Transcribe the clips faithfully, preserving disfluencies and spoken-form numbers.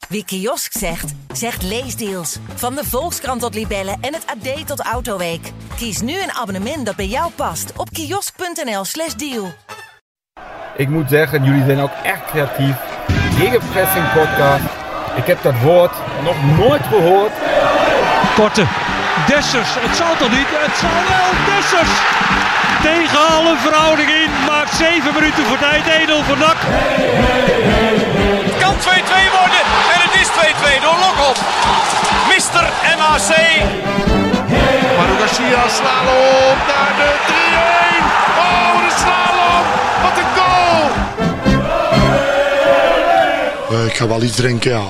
Wie kiosk zegt, zegt leesdeals. Van de Volkskrant tot Libellen en het A D tot Autoweek. Kies nu een abonnement dat bij jou past op kiosk.nl slash deal. Ik moet zeggen, jullie zijn ook echt creatief. Gegenpressing podcast. Ik heb dat woord nog nooit gehoord. Korte. Dessers. Het zal toch niet? Het zal wel. Dessers. Tegen alle verhouding in. Maakt zeven minuten voor tijd. Edel voor N A C. Het kan twee-twee worden. En het is twee-twee door Lokop. mister M A C. Manu Garcia slalom naar de drie-een. Oh, de slalom. Wat een goal. Uh, ik ga wel iets drinken, ja.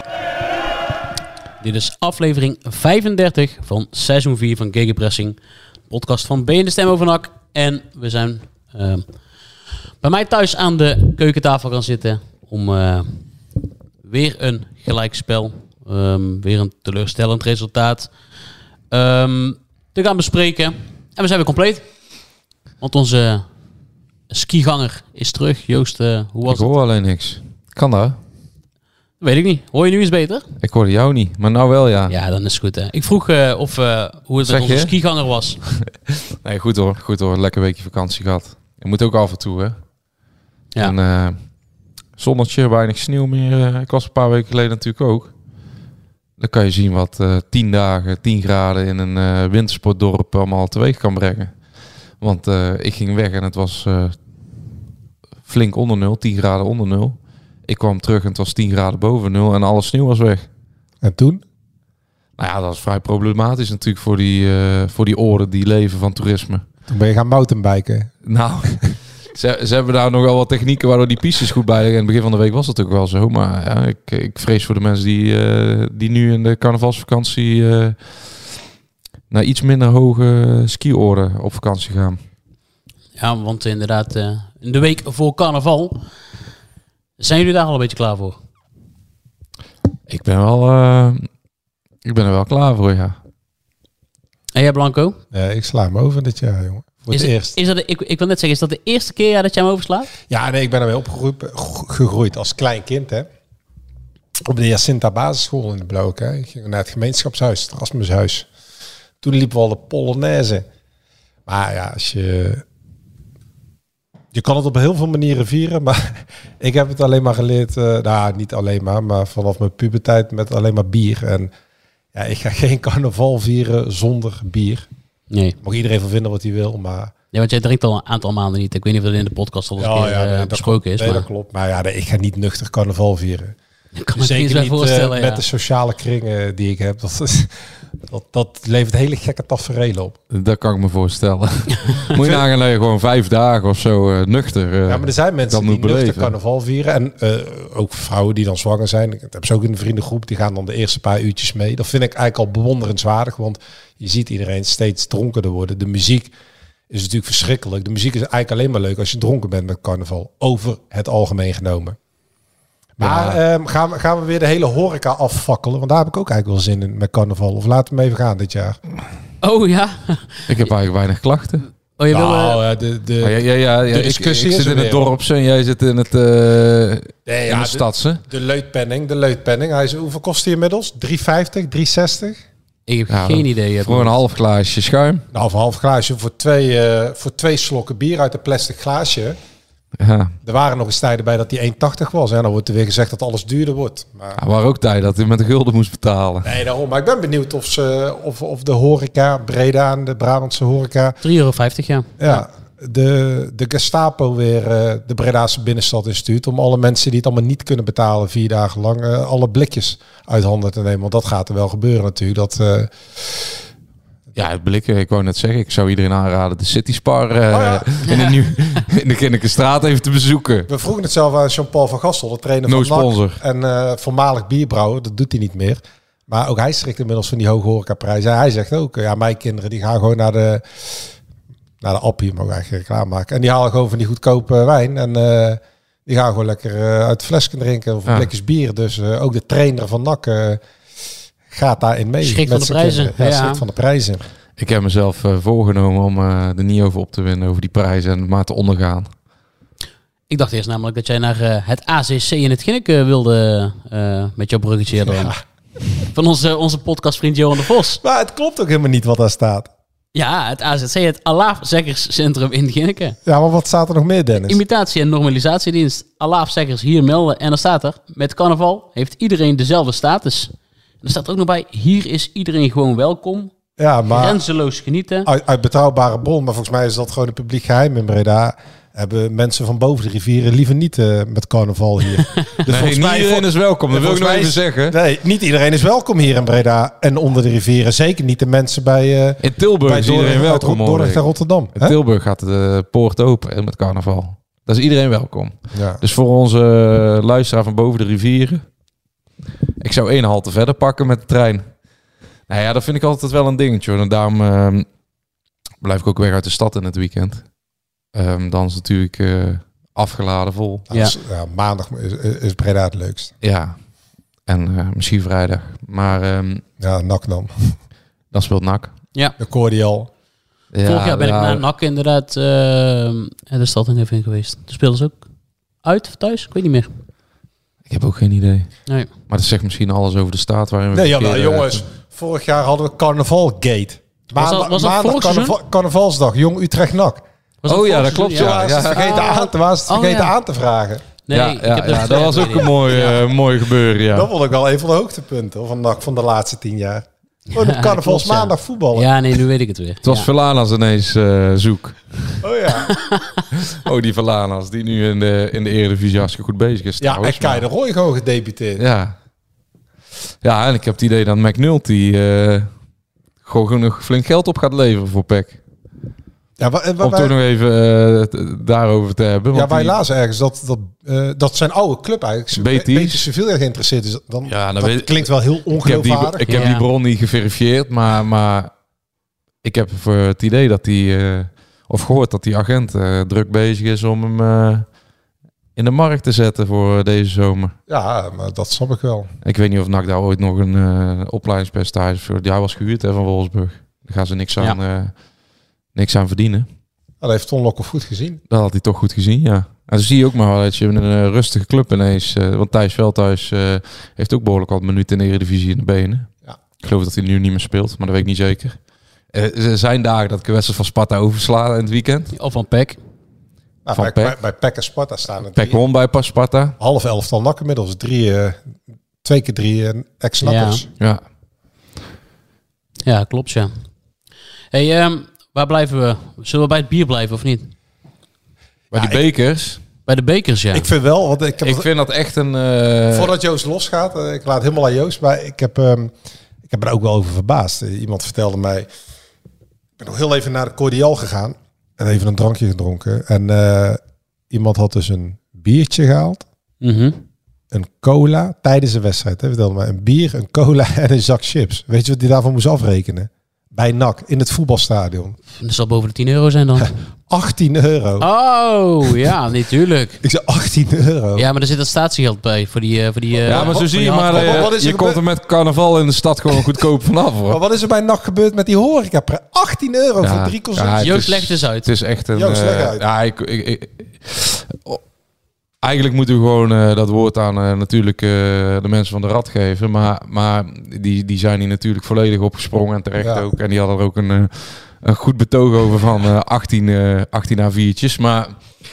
Dit is aflevering vijfendertig van seizoen vier van Gegenpressing. Podcast van B en de Stem over N A C. En we zijn uh, bij mij thuis aan de keukentafel gaan zitten om uh, weer een gelijkspel, um, weer een teleurstellend resultaat um, te gaan bespreken. En we zijn weer compleet. Want onze skiganger is terug. Joost, uh, hoe was ik het? Ik hoor alleen niks. Kan dat? Weet ik niet. Hoor je nu eens beter? Ik hoorde jou niet, maar nou wel, ja. Ja, dan is het goed, hè. Ik vroeg uh, of, uh, hoe het zeg met onze je? skiganger was. Nee, goed hoor. Goed hoor. Lekker weekje vakantie gehad. Je moet ook af en toe, hè. Ja. En uh, zonnetje, weinig sneeuw meer. Uh, ik was een paar weken geleden natuurlijk ook. Dan kan je zien wat uh, tien dagen, tien graden in een uh, wintersportdorp allemaal teweeg kan brengen. Want uh, ik ging weg en het was uh, flink onder nul, tien graden onder nul. Ik kwam terug en het was tien graden boven nul en alle sneeuw was weg. En toen? Nou ja, dat is vrij problematisch natuurlijk voor die, uh, voor die oren die leven van toerisme. Toen ben je gaan mountainbiken. Nou, ze, ze hebben daar nogal wat technieken waardoor die pistes goed bij liggen. In het begin van de week was dat ook wel zo. Maar ja, ik, ik vrees voor de mensen die, uh, die nu in de carnavalsvakantie uh, naar iets minder hoge skioren op vakantie gaan. Ja, want inderdaad, uh, in de week voor carnaval... Zijn jullie daar al een beetje klaar voor? Ik ben wel, uh, ik ben er wel klaar voor, ja. En jij, Blanco? Ja, ik sla hem over dit jaar, jongen. Voor is het het, eerst. Is dat de, ik, ik wil net zeggen, is dat de eerste keer ja, dat jij hem overslaat? Ja, nee, ik ben ermee opgegroeid als klein kind, hè. Op de Jacinta basisschool in de Blauwke. Hè. Ik ging naar het gemeenschapshuis, het Erasmushuis. Toen liepen we al de Polonaise. Maar ja, als je... Je kan het op heel veel manieren vieren, maar ik heb het alleen maar geleerd, uh, nou niet alleen maar, maar vanaf mijn puberteit met alleen maar bier. En ja, ik ga geen carnaval vieren zonder bier. Nee. Mag iedereen van vinden wat hij wil, maar... Ja, want jij drinkt al een aantal maanden niet. Ik weet niet of dat in de podcast al eens ja, keer ja, nee, uh, besproken is. Nee, maar... dat klopt. Maar ja, nee, ik ga niet nuchter carnaval vieren. Ik kan me Zeker niet voorstellen, uh, ja. met de sociale kringen die ik heb. Dat, is, dat, dat levert hele gekke taferelen op. Dat kan ik me voorstellen. Moet je nagaan dat je gewoon vijf dagen of zo uh, nuchter uh, Ja, maar er zijn mensen die beleven. nuchter carnaval vieren. En uh, ook vrouwen die dan zwanger zijn. Ik heb ze ook in de vriendengroep. Die gaan dan de eerste paar uurtjes mee. Dat vind ik eigenlijk al bewonderenswaardig. Want je ziet iedereen steeds dronkerder worden. De muziek is natuurlijk verschrikkelijk. De muziek is eigenlijk alleen maar leuk als je dronken bent met carnaval. Over het algemeen genomen. Maar ja. um, gaan, we, gaan we weer de hele horeca afvakkelen? Want daar heb ik ook eigenlijk wel zin in met carnaval. Of laten we hem even gaan dit jaar. Oh ja. Ik heb eigenlijk weinig klachten. Oh, je wil... Nou, Uh... ja, de, de, ja, ja, ja, ja, de discussie ik, ik is zit in het weer. dorpse en jij zit in het uh, nee, in ja, de stadse. De, de leutpenning, de leutpenning. Hij is, hoeveel kost hij inmiddels? drie vijftig, drie zestig? Ik heb ja, geen idee. Voor een half glaasje schuim. Nou, voor een half glaasje. Voor twee, uh, voor twee slokken bier uit een plastic glaasje. Ja. Er waren nog eens tijden bij dat die één tachtig was. En dan wordt er weer gezegd dat alles duurder wordt. Maar... Er waren ook tijden dat hij met de gulden moest betalen. Nee, daarom. Maar ik ben benieuwd of, ze, of, of de horeca, Breda en de Brabantse horeca... drie euro vijftig, ja. Ja, de, de Gestapo weer uh, de Bredaanse binnenstad instuurt... om alle mensen die het allemaal niet kunnen betalen... vier dagen lang uh, alle blikjes uit handen te nemen. Want dat gaat er wel gebeuren natuurlijk. Dat... Uh, Ja, het blikken. Ik wou net zeggen, ik zou iedereen aanraden de City Spar uh, oh ja. in, de nieuw, in de Kinderkenstraat even te bezoeken. We vroegen het zelf aan Jean-Paul van Gastel, de trainer no van sponsor. N A C en uh, voormalig bierbrouwer. Dat doet hij niet meer. Maar ook hij schrikt inmiddels van die hoge horecaprijzen. Hij zegt ook, ja, mijn kinderen die gaan gewoon naar de naar de Appie, mogen eigenlijk reclame maken. En die halen gewoon van die goedkope wijn. En uh, die gaan gewoon lekker uh, uit flessen drinken of ja. blikjes bier. Dus uh, ook de trainer van N A C uh, gaat daarin mee. Schrik van de prijzen. Ja, ja. schrik van de prijzen. Ik heb mezelf uh, voorgenomen om uh, er niet over op te winnen, over die prijzen en maar te ondergaan. Ik dacht eerst namelijk dat jij naar uh, het A C C in het Ginneke wilde uh, met jouw bruggetje erin. Ja. Van onze, onze podcastvriend Johan de Vos. Maar het klopt ook helemaal niet wat daar staat. Ja, het A Z C, het Alaafzeggerscentrum in Ginneke. Ja, maar wat staat er nog meer, Dennis? Imitatie- en normalisatiedienst. Alaafzeggers hier melden. En dan staat er, met carnaval heeft iedereen dezelfde status. En er staat er ook nog bij, hier is iedereen gewoon welkom. Ja, maar grenzeloos genieten. Uit, uit betrouwbare bron, maar volgens mij is dat gewoon een publiek geheim in Breda. Hebben mensen van boven de rivieren liever niet uh, met carnaval hier. Dus nee, volgens niet mij, iedereen is welkom, dat wil ik nog even is, zeggen. Nee, niet iedereen is welkom hier in Breda en onder de rivieren. Zeker niet de mensen bij uh, in Tilburg bij is iedereen Dordrecht, welkom. Dordrecht en Rotterdam. In Tilburg gaat de poort open met carnaval. Daar is iedereen welkom. Ja. Dus voor onze luisteraar van boven de rivieren, ik zou één halte verder pakken met de trein. Nou ja, dat vind ik altijd wel een dingetje. En daarom uh, blijf ik ook weg uit de stad in het weekend. Um, dan is het natuurlijk uh, afgeladen vol. Ja. Dus, ja, maandag is, is Breda het leukst. Ja, en uh, misschien vrijdag. Maar um, ja, N A C dan. Dan speelt N A C. Ja. De Cordial. Ja, Vorig jaar ben ja, ik naar N A C inderdaad uh, de stad in even geweest. Toen speelden ze ook uit of thuis? Ik weet niet meer. Ik heb ook geen idee. Nee. Maar dat zegt misschien alles over de staat waarin we... Nee, ja, nou, jongens. Vorig jaar hadden we Carnavalgate. Was dat, was dat maandag carnaval, carnavalsdag, Jong Utrecht N A C. Oh ja, dat klopt. Ja, ja. Ze vergeten, oh. aan, te, was het vergeten oh, ja. aan te vragen. Nee, ja, ik ja, heb ja, dat was ook een mooi, ja. uh, mooi gebeuren. Ja. Dat vond ik wel een van de hoogtepunten van, van de laatste tien jaar. Oh, de carnavalsmaandag ja. voetballen. Ja, nee, nu weet ik het weer. Het was ja. Verlanas ineens uh, zoek. Oh ja. oh, die Verlanas, die nu in de, in de Eredivisie hartstikke goed bezig is. Ja, trouwens, en Kai de Roy gewoon gedebuteerd. Ja. Ja, en ik heb het idee dat McNulty uh, gewoon genoeg flink geld op gaat leveren voor P E C. Ja, wa, wa, Om wij, toch nog even uh, t- daarover te hebben. Ja, want wij die, lazen ergens dat, dat, uh, dat zijn oude club eigenlijk Betis Sevilla geïnteresseerd is. Dan, ja, dat weet, klinkt wel heel ongeloofwaardig. Ik heb, die, ik heb ja. die bron niet geverifieerd, maar, maar ik heb voor het idee dat die, uh, of gehoord dat die agent uh, druk bezig is om hem uh, in de markt te zetten voor deze zomer. Ja, maar dat snap ik wel. Ik weet niet of N A C daar ooit nog een uh, opleidingspercentage voor. Die was gehuurd hè, van Wolfsburg. Daar gaan ze niks aan... Ja. Uh, niks aan verdienen. Dat heeft Ton Lokhoff goed gezien. Dat had hij toch goed gezien, ja. En dan zie je ook maar dat je een uh, rustige club ineens... Uh, want Thijs Veldhuis uh, heeft ook behoorlijk wat minuten in de Eredivisie in de benen. Ja. Ik geloof dat hij nu niet meer speelt, maar dat weet ik niet zeker. Uh, er zijn dagen dat ik een wedstrijd van Sparta oversla in het weekend. Of van P E C. Nou, van bij, P E C. Bij, bij P E C en Sparta staan er P E C won bij Sparta. Half elftal N A C inmiddels. Drie, uh, twee keer drie uh, ex-nakkers. Ja. ja. Ja, klopt, ja. Hey, um, waar blijven we? Zullen we bij het bier blijven of niet? Bij ja, de bekers? Ik, bij de bekers, ja. Ik vind wel... Want ik heb ik het, vind dat echt een... Uh... Voordat Joost losgaat, uh, ik laat helemaal aan Joost, maar ik heb, um, ik heb er ook wel over verbaasd. Uh, iemand vertelde mij... Ik ben nog heel even naar de Cordial gegaan en even een drankje gedronken. En uh, iemand had dus een biertje gehaald. Mm-hmm. Een cola tijdens een wedstrijd. Hè, vertelde mij. Een bier, een cola en een zak chips. Weet je wat die daarvan moest afrekenen? Bij N A C, in het voetbalstadion. Dat zal boven de tien euro zijn dan. achttien euro. Oh, ja, natuurlijk. Ik zei achttien euro. Ja, maar er zit dat statiegeld bij voor die... Voor die ja, maar zo zie je maar, uh, wat is je komt er met carnaval in de stad gewoon goedkoop vanaf, hoor. Maar wat is er bij N A C gebeurd met die horeca? achttien euro ja, voor drie concerten. Ja, Joost, leg eens uit. Het is echt een... Joost, leg uh, uit. Ja, ik... ik, ik oh. Eigenlijk moeten we gewoon uh, dat woord aan uh, natuurlijk uh, de mensen van de Rad geven. Maar, maar die, die zijn hier natuurlijk volledig opgesprongen en terecht ja. ook. En die hadden er ook een, uh, een goed betoog over van uh, achttien, uh, achttien A viertjes. Maar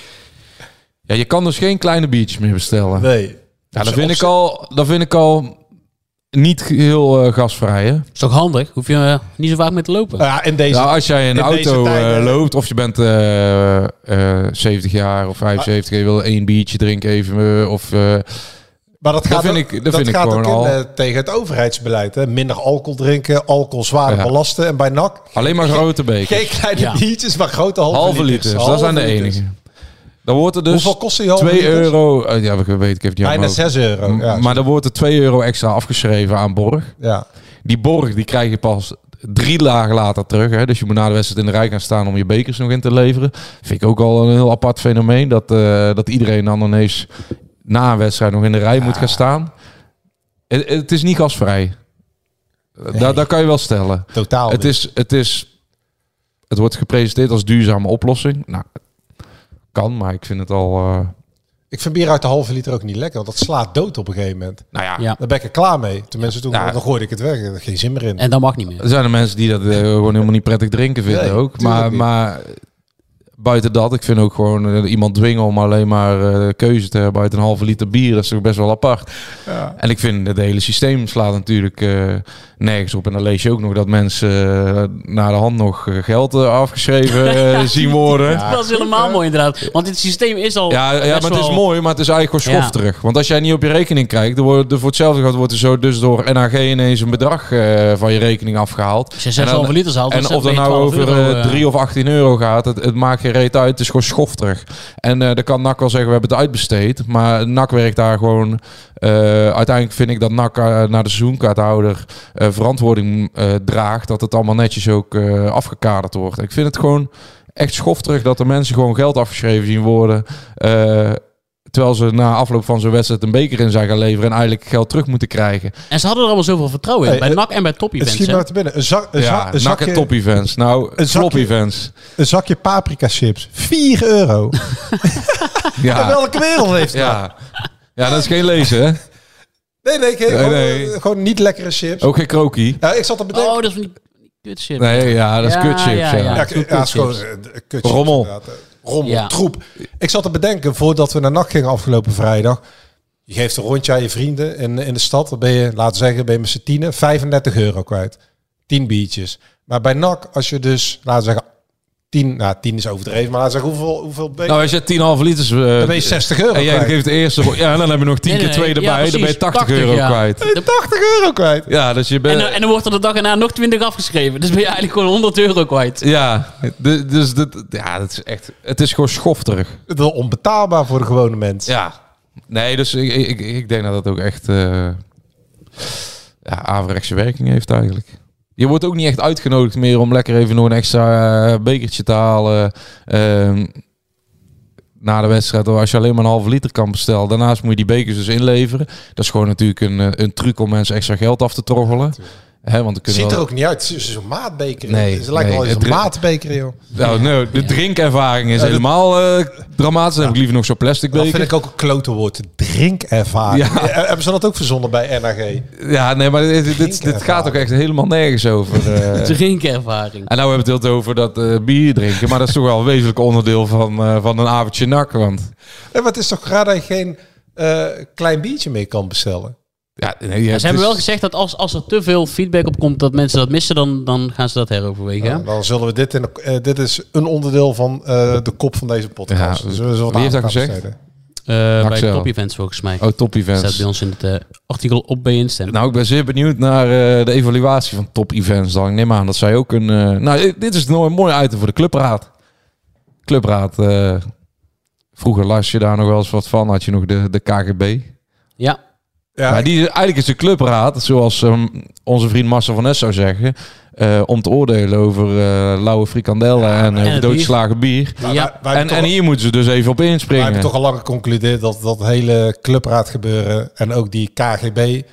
ja, je kan dus geen kleine biertjes meer bestellen. Nee. Ja, dat, vind ik al, dat vind ik al niet heel uh, gasvrij. Hè? Is toch handig? Hoef je uh, niet zo vaak mee te lopen. Ja, in deze, nou, als jij in een auto tijd, uh, loopt of je bent uh, uh, zeventig jaar of vijfenzeventig en je wil één biertje drinken even uh, of... Uh, maar dat, dat gaat vind ook, ik, dat dat vind gaat ik gewoon ook in, al... uh, tegen het overheidsbeleid. Hè? Minder alcohol drinken, alcohol zwaarder ja. belasten. En bij N A C... Alleen maar grote bekers. Geen kleine ja. biertjes, maar grote halve, halve liters. liters. Dat zijn de enige. Dan wordt er dus hoeveel kost die halve twee euro... Uh, ja, ik weet ik heb die bijna zes euro. Ja, maar dan wordt er twee euro extra afgeschreven aan borg. Ja. Die borg die krijg je pas drie dagen later terug. Hè? Dus je moet na de wedstrijd in de rij gaan staan om je bekers nog in te leveren. Vind ik ook al een heel apart fenomeen. Dat, uh, dat iedereen dan ineens na een wedstrijd nog in de rij ja. moet gaan staan. Het, het is niet gasvrij. Nee. Da, dat kan je wel stellen. Totaal het is, het is, het wordt gepresenteerd als duurzame oplossing. Nou, kan, maar ik vind het al uh, Ik vind bier uit de halve liter ook niet lekker, want dat slaat dood op een gegeven moment. Nou ja, Ja. Daar ben ik er klaar mee. Tenminste, toen Ja. dan gooide ik het weg. Er had geen zin meer in. En dat mag niet meer. er zijn er mensen die dat eh, gewoon helemaal niet prettig drinken vinden Nee, ook. tuurlijk Maar, niet. maar buiten dat, ik vind ook gewoon eh, iemand dwingen om alleen maar eh, keuze te hebben uit een halve liter bier. Dat is toch best wel apart. Ja. En ik vind het hele systeem slaat natuurlijk eh, nergens op. En dan lees je ook nog dat mensen uh, naar de hand nog uh, geld uh, afgeschreven uh, zien worden. Ja, Dat is helemaal mooi inderdaad. Want dit systeem is al ja, ja maar het is wel... mooi, maar het is eigenlijk gewoon schofterig. Ja. Want als jij niet op je rekening kijkt, dan wordt er voor hetzelfde geld wordt er zo dus door N H G ineens een bedrag uh, van je rekening afgehaald. Als je zes komma vijf liters haalt, en of dat nou over uh, drie of achttien euro gaat, het, het maakt geen reet uit. Het is gewoon schofterig. En uh, dan kan N A C wel zeggen, we hebben het uitbesteed. Maar N A C werkt daar gewoon... Uh, uiteindelijk vind ik dat N A C uh, naar de seizoenkaarthouder uh, verantwoording uh, draagt. Dat het allemaal netjes ook uh, afgekaderd wordt. Ik vind het gewoon echt schofterig dat de mensen gewoon geld afgeschreven zien worden. Uh, terwijl ze na afloop van zo'n wedstrijd een beker in zijn gaan leveren. En eigenlijk geld terug moeten krijgen. En ze hadden er allemaal zoveel vertrouwen in. Hey, bij N A C en bij top-events. Het schiet maar te binnen. Een, zak, een, ja, zak, een N A C zakje... en top-events. Nou, een zakje- flop-events. Een zakje paprika chips. vier euro. Ja. In welke wereld heeft dat? Ja. Ja, dat is geen lezen, hè? Nee, nee, geen, Nee, gewoon, nee. gewoon niet lekkere chips. Ook geen krokie. Ja, ik zat te bedenken... Oh, dat is van die, die kutshit. Nee, ja, dat is Ja, kutchips. ja, Ja, ja. Ja, Troep ja, het is gewoon chips. eh, kutchips, Rommel. inderdaad. Rommel, Ja. troep. Ik zat te bedenken, voordat we naar N A C gingen afgelopen vrijdag... Je geeft een rondje aan je vrienden in, in de stad. Dan ben je, laten we zeggen, ben je met z'n tienen vijfendertig euro kwijt. tien biertjes. Maar bij N A C, als je dus, laten we zeggen... tien, nou tien is overdreven, maar laten we zeggen, hoeveel, hoeveel ben je? Nou, als je tien komma vijf liters... Uh, Dan ben je zestig euro en jij kwijt. geeft de eerste... Ja, en dan heb je nog tien Nee, keer nee, twee nee. erbij. Ja, dan ben je precies. tachtig euro tachtig, ja. kwijt. Ben je tachtig euro kwijt. Ja, dus je En, bent... dan- en dan wordt er de dag erna nog twintig afgeschreven. Dus ben je eigenlijk gewoon honderd euro kwijt. Ja, de- dus dat, ja, dat is echt... Het is gewoon schofterig. Het is onbetaalbaar voor de gewone mens. Ja. Nee, dus ik, ik, ik denk dat dat ook echt... Uh, ja, averechtse werking heeft eigenlijk. Je wordt ook niet echt uitgenodigd meer om lekker even nog een extra uh, bekertje te halen. Uh, na de wedstrijd, als je alleen maar een halve liter kan bestellen. Daarnaast moet je die bekers dus inleveren. Dat is gewoon natuurlijk een, een truc om mensen extra geld af te troggelen. He, want Het ziet wel... er ook niet uit. Het is zo'n maatbeker. Nee, Het lijkt nee. wel eens Het een dri- maatbeker, joh. Nou, nee, de drinkervaring is Ja, dat- helemaal uh, dramatisch. Dan heb ik liever nog zo'n plastic Dat beker. vind ik ook een klote woord. Drinkervaring. Ja. Eh, Hebben ze dat ook verzonnen bij N H G? Ja, nee, maar dit, dit, dit, dit gaat ook echt helemaal nergens over. Uh. Drinkervaring. En nou hebben we het heel over dat uh, bier drinken. Maar dat is toch wel een wezenlijk onderdeel van, uh, van een avondje N A C. Want Ja, maar het is toch raar dat je geen uh, klein biertje mee kan bestellen? ja, nee, ja, Ja, het ze hebben is- wel gezegd dat als, als er te veel feedback op komt dat mensen dat missen, dan, dan gaan ze dat heroverwegen. hè? Nou, dan zullen we dit in de, uh, dit is een onderdeel van uh, de kop van deze podcast. Ja, Dus we zullen wie heeft dat aandacht aan gezegd? besteden. Uh, bij Axel. top-events volgens mij. Oh, top Dat staat events. bij ons in het uh, artikel op B N Stem. Nou, ik ben zeer benieuwd naar uh, de evaluatie van top events. Dan ik neem aan dat zij ook een... Uh, nou, dit is nog een mooi item voor de clubraad. Clubraad. Uh, vroeger las je daar nog wel eens wat van. Had je nog de, de K G B. Ja, Ja, Maar die, eigenlijk is de clubraad, zoals um, onze vriend Marcel van Nes zou zeggen... Uh, om te oordelen over uh, lauwe frikandellen en, uh, en het doodgeslagen bier. Nou, ja. wij- wij En, hebben en toch- hier moeten ze dus even op wij inspringen. hebben toch al lang geconcludeerd dat dat hele clubraad gebeuren en ook die K G B, uh,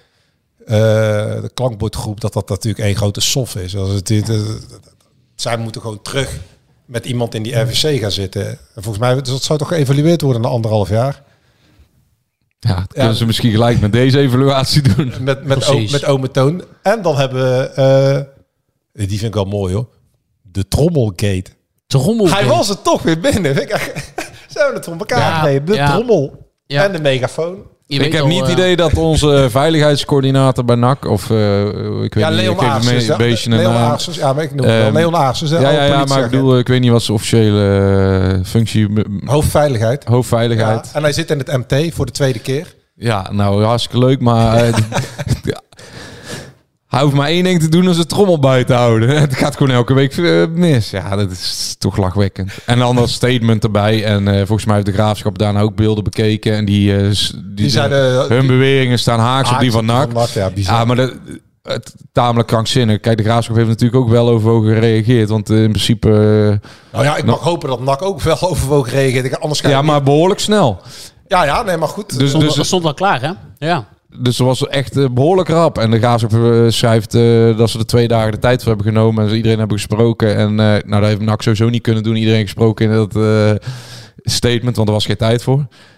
de klankbordgroep, dat dat natuurlijk één grote sof is. Als het, het, het- zij moeten gewoon terug met iemand in die R V C gaan zitten. En volgens mij dat zou toch geëvalueerd worden na anderhalf jaar. Ja, dat kunnen ze misschien gelijk met deze evaluatie doen. Met, met, o, Precies. met ome Toon. En dan hebben we, uh, die vind ik wel mooi hoor, de Trommelgate. trommel. Hij was er toch weer binnen. Vind ik echt, ze hebben het voor elkaar Ja, gegeven. De ja. trommel Ja. en de megafoon. Je Ik weet heb al, niet het uh, idee dat onze veiligheidscoördinator bij N A C... of uh, ik weet Ja, niet, Leon ik geef hem Aarsens. een beetje een Leon naam. Aarsens. Ja, maar ik noem het wel. Ehm, Leon Aarsens. hè, Ja, ja, oude ja, maar ik politieagent. bedoel, ik weet niet wat zijn officiële uh, functie... m- Hoofdveiligheid. hoofdveiligheid. Ja, en hij zit in het M T voor de tweede keer. Ja, nou, hartstikke leuk, maar... uh, ja. Hij hoeft maar één ding te doen, als het trommel bij te houden. Het gaat gewoon elke week uh, mis. Ja, dat is toch lachwekkend. En dan dat statement erbij. En uh, volgens mij heeft de Graafschap daarna ook beelden bekeken. En die, uh, s- die, Die zeiden... hun beweringen staan haaks op die van N A C. Ja, bizar. Ja, maar dat, het, tamelijk krankzinnig. Kijk, de Graafschap heeft natuurlijk ook wel overwogen gereageerd. Want uh, in principe... uh, nou ja, ik mag hopen dat N A C ook wel overwogen reageert. Anders ga ik ja, niet- maar behoorlijk snel. Ja, ja, nee, maar goed. Dus- stond, dus- dat stond wel klaar, hè? Ja. Dus er was echt uh, behoorlijk rap. En de Graafschap uh, schrijft uh, dat ze er twee dagen de tijd voor hebben genomen. En ze iedereen hebben gesproken. En uh, nou, dat heeft N A C sowieso niet kunnen doen. Iedereen gesproken in dat uh, statement, want er was geen tijd voor.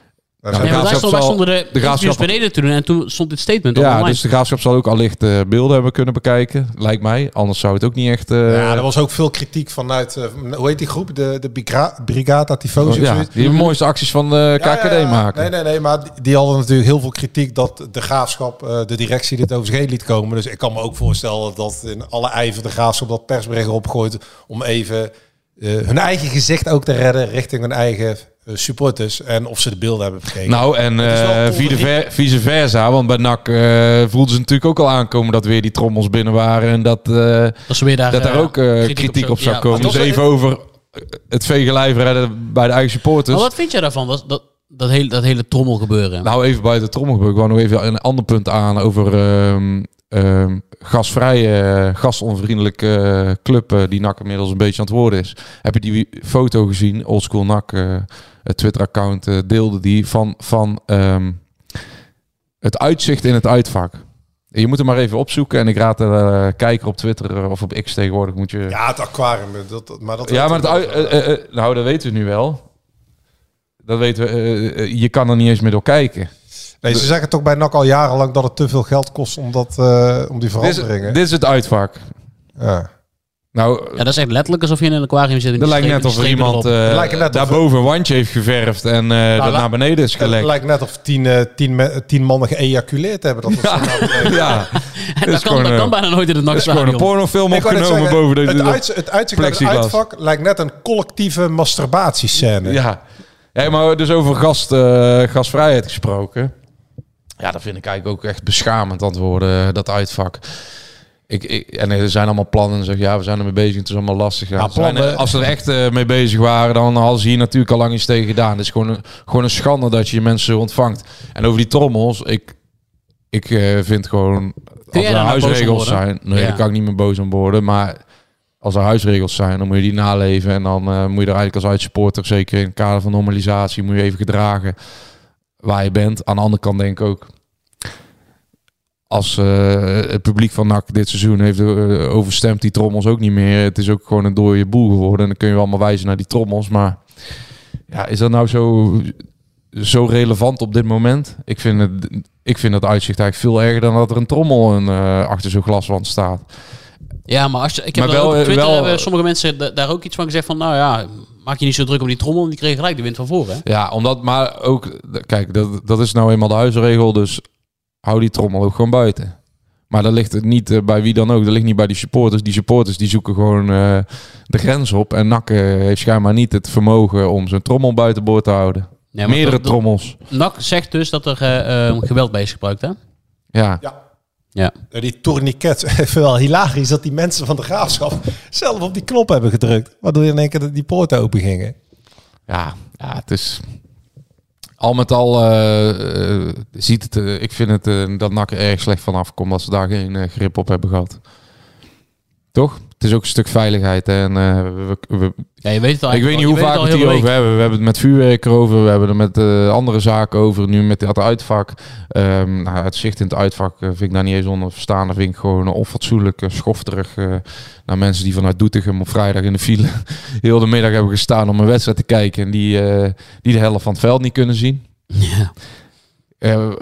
Nou, nee, de maar daar stond, wij zal, stonden de, de de graafschap beneden te doen en toen stond dit statement ja, online. dus de Graafschap zal ook allicht uh, beelden hebben kunnen bekijken, lijkt mij. Anders zou het ook niet echt... Uh, ja, er was ook veel kritiek vanuit, uh, hoe heet die groep? De, de Bigra- Brigata Tifosi. Oh, ja, die de mooiste acties van de K K D ja, ja, ja. maken. Nee, nee, nee, maar die, die hadden natuurlijk heel veel kritiek dat de Graafschap, uh, de directie dit over zich heen liet komen. Dus ik kan me ook voorstellen dat in alle ijver de Graafschap dat persbericht opgooit om even uh, hun eigen gezicht ook te redden richting hun eigen uh, supporters. En of ze de beelden hebben bekeken. Nou, en uh, vice, ver, vice versa, want bij N A C uh, voelden ze natuurlijk ook al aankomen dat weer die trommels binnen waren. En dat, uh, dat, ze weer daar, dat daar ook uh, kritiek, kritiek op, op zou ja, komen. Dus even over het vegelijven redden bij de eigen supporters. Maar wat vind jij daarvan? Dat, dat, dat, hele, dat hele trommelgebeuren? Nou, even buiten het trommelgebeuren. Ik wou nog even een ander punt aan over... Um, Um, gasvrije, uh, gastonvriendelijke uh, club uh, die N A C inmiddels een beetje aan het worden is. Heb je die foto gezien? Oldschool N A C, uh, het Twitter-account uh, deelde die van, van um, het uitzicht in het uitvak. Je moet hem maar even opzoeken en ik raad de uh, kijker op Twitter uh, of op X tegenwoordig moet je... Ja, het aquarium. Dat, maar dat ja, maar het uit, uh, uh, uh, nou, dat weten we nu wel. Dat weten we. Uh, uh, je kan er niet eens meer door kijken. Nee, ze zeggen toch bij N A C al jarenlang dat het te veel geld kost om, dat, uh, om die veranderingen. Dit is, dit is het uitvak. Ja. Nou, ja, dat is echt letterlijk alsof je in een aquarium zit. Het lijkt net of er iemand uh, daarboven een wandje heeft geverfd en uh, nou, dat naar beneden is gelekt. Het lijkt net of tien, uh, tien, me, tien mannen geëjaculeerd hebben. Dat ja, ja. En dat, kan, dat kan bijna nooit in het N A C stadion. Er is gewoon een pornofilm opgenomen zeggen, boven de Het, uit, het uitzicht uit het uitvak lijkt net een collectieve masturbatiescène. Ja, ja maar dus over gast, uh, gasvrijheid gesproken. Ja, dat vind ik eigenlijk ook echt beschamend antwoorden, dat uitvak. Ik, ik, en er zijn allemaal plannen en zeg ja, we zijn ermee bezig, het is allemaal lastig. Ja, ja, er, als ze er echt uh, mee bezig waren, dan hadden ze hier natuurlijk al lang iets tegen gedaan. Het is gewoon een, gewoon een schande dat je mensen ontvangt. En over die trommels, ik, ik uh, vind gewoon, als er huisregels zijn, nee, ja. daar kan ik niet meer boos aan worden, maar als er huisregels zijn, dan moet je die naleven en dan uh, moet je er eigenlijk als uitsupporter, zeker in het kader van normalisatie, moet je even gedragen waar je bent. Aan de andere kant denk ik ook, als uh, het publiek van N A C dit seizoen heeft uh, overstemd die trommels ook niet meer. Het is ook gewoon een dode boel geworden. En dan kun je wel allemaal wijzen naar die trommels. Maar ja, is dat nou zo, zo relevant op dit moment? Ik vind het, ik vind het uitzicht eigenlijk veel erger dan dat er een trommel een, uh, achter zo'n glaswand staat. Ja, maar als je, ik heb maar wel, op Twitter wel, hebben sommige mensen d- daar ook iets van gezegd van, nou ja, maak je niet zo druk om die trommel, die kreeg gelijk de wind van voren. Hè? Ja, omdat, maar ook, kijk, dat, dat is nou eenmaal de huisregel, dus hou die trommel ook gewoon buiten. Maar dat ligt het niet uh, bij wie dan ook. Dat ligt niet bij die supporters. Die supporters die zoeken gewoon uh, de grens op. En N A C uh, heeft schijnbaar niet het vermogen om zijn trommel buiten boord te houden. Nee, Meerdere dat, trommels. N A C zegt dus dat er uh, uh, geweld bij is gebruikt, hè? Ja. Ja. Ja. Die tourniquet, even wel hilarisch dat die mensen van de Graafschap zelf op die knop hebben gedrukt. Waardoor in één keer die poorten open gingen. Ja, ja, het is... Al met al uh, uh, ziet het, uh, ik vind het uh, dat N A C er erg slecht vanaf komt, dat ze daar geen uh, grip op hebben gehad. Toch? Het is ook een stuk veiligheid. Hè? En, uh, we, we, ja, je weet het al. Ik weet niet hoe vaak we het hierover hebben. We hebben het met vuurwerk erover, we hebben het met uh, andere zaken over. Nu met het uitvak. Um, nou, het zicht in het uitvak uh, vind ik daar niet eens onder verstaan. Dat vind ik gewoon onfatsoenlijk, uh, schofterig. Uh, naar mensen die vanuit Doetinchem op vrijdag in de file heel de middag hebben gestaan om een wedstrijd te kijken. En die, uh, die de helft van het veld niet kunnen zien. Ja. Uh,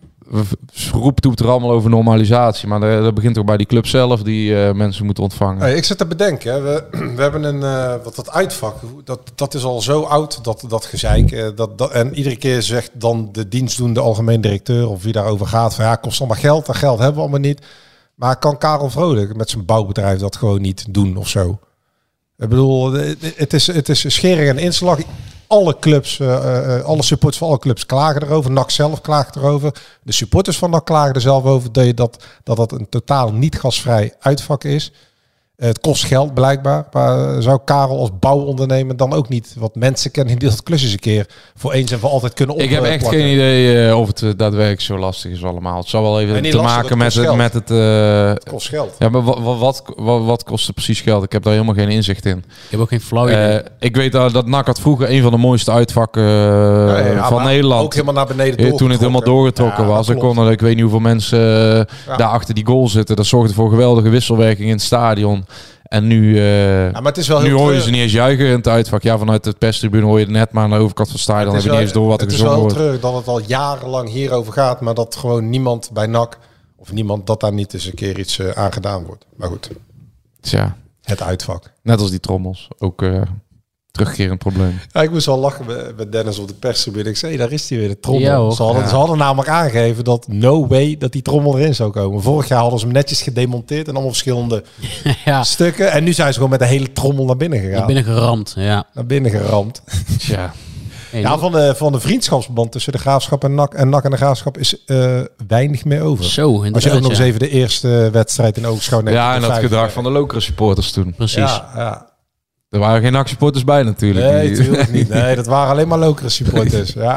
roep doet er allemaal over normalisatie, maar dat, dat begint ook bij die club zelf die uh, mensen moeten ontvangen. Hey, ik zit te bedenken, hè. We, we hebben een uh, wat dat uitvak, dat, dat is al zo oud, dat, dat gezeik. Uh, dat, dat, en iedere keer zegt dan de dienstdoende algemeen directeur of wie daarover gaat van ja, kost allemaal geld, dat geld hebben we allemaal niet. Maar kan Karel Vrolijk met zijn bouwbedrijf dat gewoon niet doen of zo? Ik bedoel, het is, het is schering en inslag. Alle clubs, uh, uh, alle supporters van alle clubs klagen erover. N A C zelf klaagt erover. De supporters van N A C klagen er zelf over dat je dat, dat, dat een totaal niet gasvrij uitvak is. Uh, het kost geld blijkbaar. Maar zou Karel als bouwondernemer dan ook niet wat mensen kennen die dat klusjes een keer voor eens en voor altijd kunnen opplakken? Ik heb echt geen idee uh, of het uh, daadwerkelijk zo lastig is allemaal. Het zal wel even te lastig, maken met het, met het... Uh, het kost geld. Ja, maar wat, wat, wat, wat kost het precies geld? Ik heb daar helemaal geen inzicht in. Ik heb ook geen flauw idee. Uh, ik weet uh, dat N A C had vroeger een van de mooiste uitvakken uh, ja, ja, van Nederland. Ook helemaal naar beneden toen het helemaal doorgetrokken ja, was. Dan konden, ik weet niet hoeveel mensen uh, ja. daar achter die goal zitten. Dat zorgde voor geweldige wisselwerking in het stadion. En nu, uh, ja, maar het is wel nu heel hoor je treurig. ze niet eens juichen in het uitvak. Ja, vanuit het perstribune hoor je het net, maar aan de overkant van stadion dan heb je niet eens door wat er gezongen wordt. Het is wel heel treurig dat het al jarenlang hierover gaat, maar dat gewoon niemand bij N A C, of niemand dat daar niet eens een keer iets uh, aan gedaan wordt. Maar goed, Tja. Het uitvak. Net als die trommels. Ook uh, terugkerend probleem. Ja, ik moest wel lachen met, met Dennis op de perstribune. Ik zei, daar is hij weer, de trommel. Ja, ze, hadden, ja. ze hadden namelijk aangegeven dat no way dat die trommel erin zou komen. Vorig jaar hadden ze hem netjes gedemonteerd en allemaal verschillende ja. stukken. En nu zijn ze gewoon met de hele trommel naar binnen gegaan. Naar binnen geramd, ja. Naar binnen geramd. Tja. Hey, Ja, van de, van de vriendschapsverband tussen de Graafschap en N A C en N A C en de Graafschap is uh, weinig meer over. Zo, inderdaad. Als je ook nog eens ja. even de eerste wedstrijd in oogschouw neemt. Ja, en dat vijf, gedrag uh, van de Lokeren supporters toen. Precies. Ja, ja. Er waren geen N A C-supporters bij natuurlijk. Nee, Die- natuurlijk niet. Nee, dat waren alleen maar Lokeren supporters. Ja.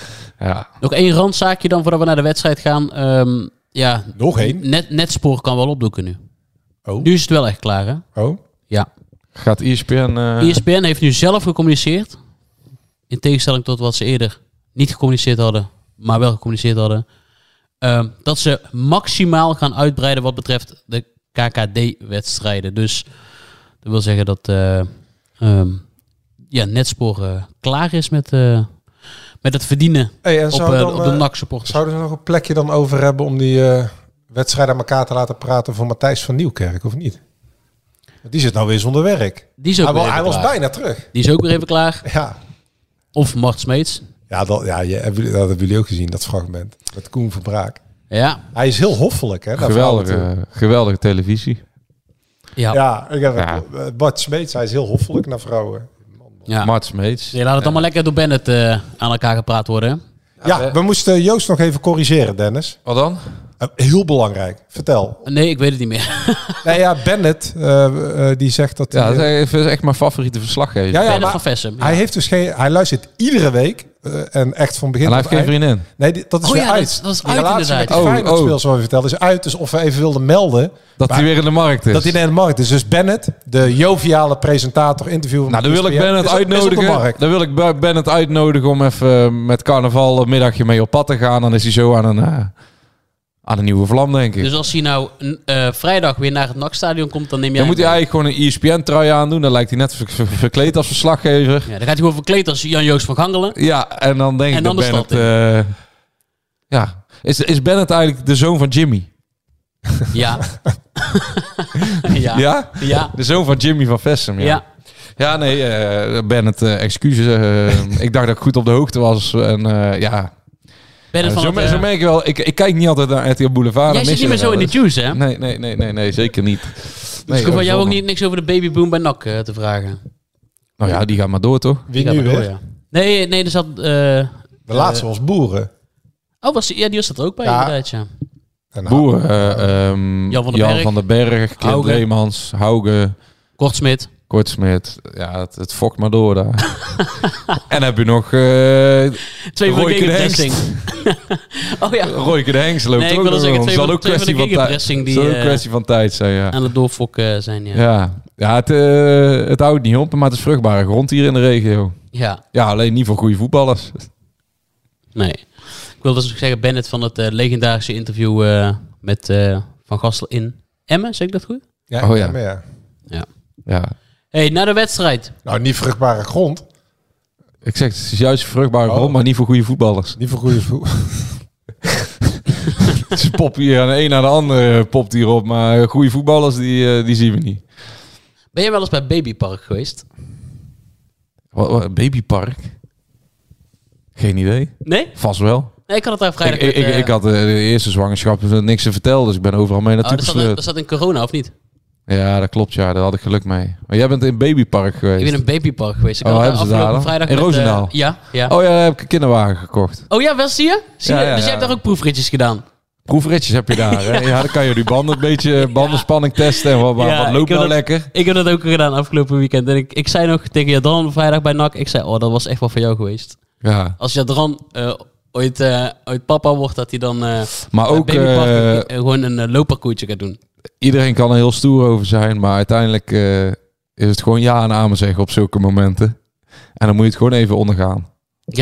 ja. Nog één randzaakje dan voordat we naar de wedstrijd gaan. Um, ja, Nog één? Net, Netspoor kan wel opdoeken nu. Oh. Nu is het wel echt klaar, hè? Oh. Ja. Gaat E S P N... Uh... E S P N heeft nu zelf gecommuniceerd. In tegenstelling tot wat ze eerder niet gecommuniceerd hadden, maar wel gecommuniceerd hadden. Um, dat ze maximaal gaan uitbreiden wat betreft de K K D-wedstrijden. Dus dat wil zeggen dat uh, um, ja, Netspoor uh, klaar is met, uh, met het verdienen Hey, en op, zou uh, dan, op de uh, N A C-supporters. Zouden ze nog een plekje dan over hebben om die uh, wedstrijd aan elkaar te laten praten voor Matthijs van Nieuwkerk, of niet? Want die zit nou weer zonder werk. Die is ook Hij, weer wa- even hij was klaar. bijna terug. Die is ook weer even klaar. Ja, Of Mart Smeets. ja, dat, ja je, hebben jullie- dat hebben jullie ook gezien, dat fragment. Met Koen van Braak. Ja. Hij is heel hoffelijk, hè? naar vrouwen toe. Geweldige, geweldige televisie. Ja. ja. Ja, ik heb Ja. het. Bart Smeets, hij is heel hoffelijk naar vrouwen. Mart Smeets. Je laat het allemaal lekker door Bennett uh, aan elkaar gepraat worden. Hè? Ja, we moesten Joost nog even corrigeren, Dennis. Wat dan? Uh, heel belangrijk. Vertel. Nee, ik weet het niet meer. Nee, ja, Bennett, uh, uh, die zegt dat... Ja, hij, dat is echt mijn favoriete verslaggever. Ja, ja, Bennett maar van Vessem. Ja. hij heeft dus geen... Hij luistert iedere week uh, en echt van begin En hij tot heeft geen eind. vriendin. Nee, die- dat is Oh weer ja, dat uit. is- dat is Die uit relatie inderdaad. met die Oh, Feyenoord-speel, oh. zoals we vertelde, is uit. Dus of we even wilden melden Dat Maar- hij weer in de markt is. dat hij in de markt is. Dus Bennett, de joviale presentator, interviewer... Nou, dan wil ik E S P N, Bennett is op- is op de uitnodigen. markt. Dan wil ik Be- Bennett uitnodigen om even met carnaval een middagje mee op pad te gaan. Dan is hij zo aan een, uh, aan een nieuwe vlam, denk ik. Dus als hij nou uh, vrijdag weer naar het N A C-stadion komt, dan neem jij dan moet hij hem eigenlijk gewoon een E S P N-trui aandoen. Dan lijkt hij net ver- ver- verkleed als verslaggever. mee. Ja, dan gaat hij gewoon verkleed als Jan-Joost van Gangelen. Ja, en dan denk En ik dan dat de Bennett... stad eh, ja, is, is Bennett eigenlijk de zoon van Jimmy? Ja. ja. Ja? Ja. De zoon van Jimmy van Vessem, ja. Ja. Ja, nee, eh Bennett, uh, excuses. Uh, ik dacht dat ik goed op de hoogte was. En uh, ja, Bennett uh, van zo, het, me- uh, zo merk ik wel. Ik, ik kijk niet altijd naar R T L Boulevard. Jij dan zit mis niet meer je zo in wel de eens. juice, hè? Nee, nee, nee, nee, nee, zeker niet. Dus Nee, ik hoef van jou ook zonde. niet, niks over de babyboom bij N A C uh, te vragen. Nou ja, die gaat maar door, toch? Wie Die nu gaat maar weer? door, ja. Nee, nee, er zat... Uh, De laatste was Boeren. oh, was, ja, die was dat er ook bij, Ja. inderdaad, ja. En Boer, uh, um, Jan van den Jan Berg. van den Berg, Clint Hauge. Leemans, Hauge, Kortsmit. Kortsmit. Ja, het, het fokt maar door daar. En heb je nog uh, Twee van de Royke de Hengst. gegenpressing. oh ja. Royke de Hengst loopt Nee, er ik ook wilde nog zeggen, rond. twee Zal van- ook twee van de kwestie van tijd- gegenpressing die, zal ook eh, kwestie van tijd zijn, ja. Aan het doorfokken zijn, ja. Ja, ja het, uh, het houdt niet op, maar het is vruchtbare grond hier in de regio. Ja. Ja, alleen niet voor goede voetballers. Nee. Ik wilde dus zeggen, Bennett van het uh, legendarische interview uh, met uh, Van Gastel in Emmen, zeg ik dat goed? Ja, Oh ja. maar ja. Ja. Ja, Hey, naar de wedstrijd. Nou, niet vruchtbare grond. ik zeg, het is juist vruchtbare Oh. grond, maar niet voor goede voetballers. Niet voor goede voet. Ze poppen hier aan de een naar de andere popt hierop, maar goede voetballers, die, uh, die zien we niet. Ben je wel eens bij Babypark geweest? Wat, wat, babypark? Geen idee. Nee? Vast wel. Nee, ik had het daar vrijdag Ik, ik, met, ik, uh, ik had uh, de eerste zwangerschap niks te vertellen, dus ik ben overal mee oh, naartoe dat, zat in, gesleurd. dat zat in corona, of niet? Ja, dat klopt, ja. Daar had ik geluk mee. Maar jij bent in babypark geweest. Ik ben in Babypark geweest. Ik Oh, had hebben ze afgelopen daar dan? vrijdag In met, uh, Roosendaal? ja, ja. Oh ja, daar heb ik een kinderwagen gekocht. Oh ja, wel zie je? Zie Ja, je? ja, dus jij ja. hebt daar ook proefritjes gedaan? Proefritjes heb je daar, hè? Ja, dan kan je die banden een beetje bandenspanning testen. En wat, wat, Ja, wat ik loopt heb nou dat- lekker? Ik heb dat ook gedaan afgelopen weekend. En ik, ik zei nog tegen Jadran vrijdag bij N A C. Ik zei, oh, dat was echt wel voor jou geweest. Ja. Als Jadran uh, ooit, uh, ooit papa wordt, dat hij dan uh, Maar bij ook Babypark eh, uh, gewoon een uh, loopparcoursje gaat doen. iedereen kan er heel stoer over zijn. Maar uiteindelijk eh, is het gewoon ja en amen zeggen op zulke momenten. En dan moet je het gewoon even ondergaan. Ik heb het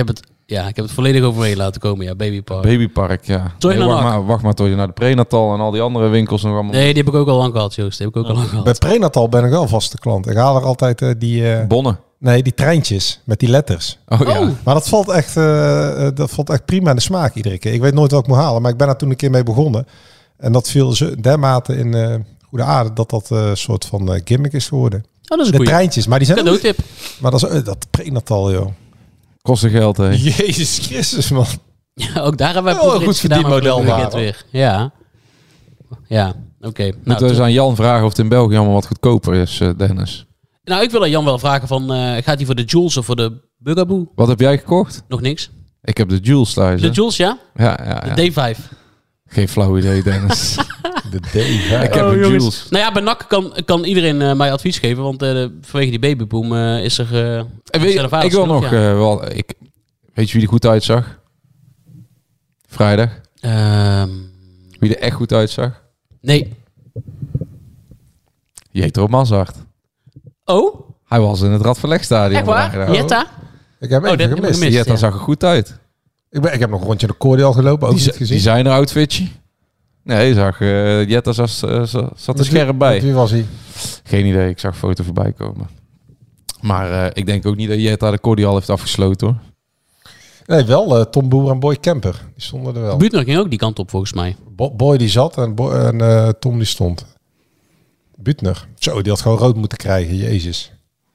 Ja, ik heb het volledig overheen laten komen. Ja, Babypark. Babypark, ja. Toy Nee, naar wacht, Nak. maar, wacht maar tot je naar de prenatal en al die andere winkels nog allemaal... Nee, die heb ik ook al lang gehad, Joost. Die heb ik ook al lang gehad. Bij prenatal ben ik wel vaste klant. Ik haal er altijd uh, die... Uh, Bonnen. Nee, die treintjes met die letters. Oh, ja. Oh. Maar dat valt echt, uh, dat valt echt prima in de smaak iedere keer. Ik weet nooit wat ik moet halen, maar ik ben daar toen een keer mee begonnen. En dat viel zo dermate in uh, goede aarde dat dat een uh, soort van uh, gimmick is geworden. Oh, dat is een de goeie. treintjes, maar die zijn... Cadeautip. Maar dat is uh, dat prenatal, joh. Kost geld, hè. Jezus Christus, man. Ja, ook daar hebben wij Oh, proefritjes goed gedaan verdiend model afgelopen weekend waren. weer. Ja. Ja, oké. Okay. Moeten Nou, we eens to- aan Jan vragen of het in België allemaal wat goedkoper is, uh, Dennis. nou, ik wil aan Jan wel vragen van... Uh, gaat hij voor de Jules of voor de Bugaboo? Wat heb jij gekocht? Nog niks. Ik heb de Jules thuis, De hè. Jules, ja? Ja, ja, ja. De D vijf. Geen flauw idee, Dennis. De D vijf. Ik heb Oh, een jongens. Jules. Nou ja, bij N A C kan, kan iedereen uh, mij advies geven. Want uh, vanwege die babyboom uh, is er... Uh, En weet, zijn er vaders ik wil genoeg, nog ja. uh, wel... Ik, weet je wie er goed uitzag? Vrijdag. Ehm, Wie er echt goed uitzag? nee. Jetro Mazart. Oh? Hij was in het Radverlegstadion. Echt waar? vandaag. Jetta? Ik heb Oh, hem dat even heb ik gemist. gemist. Jetta ja. zag er goed uit. Ik, ben, ik heb nog een rondje de cordial gelopen, ook Die, niet z- gezien. designer outfitje. Nee, je zag, uh, Jetta zat, uh, zat er Met scherp wie- bij. met Wie was hij? Geen idee, ik zag een foto voorbij komen. Maar uh, ik denk ook niet dat Jetta de cordial heeft afgesloten, hoor. Nee, wel uh, Tom Boer en Boy Kemper. Die stonden er wel. Buutner ging ook die kant op, volgens mij. Bo- Boy die zat en, Boy, en uh, Tom die stond. Buutner. Zo, die had gewoon rood moeten krijgen, jezus.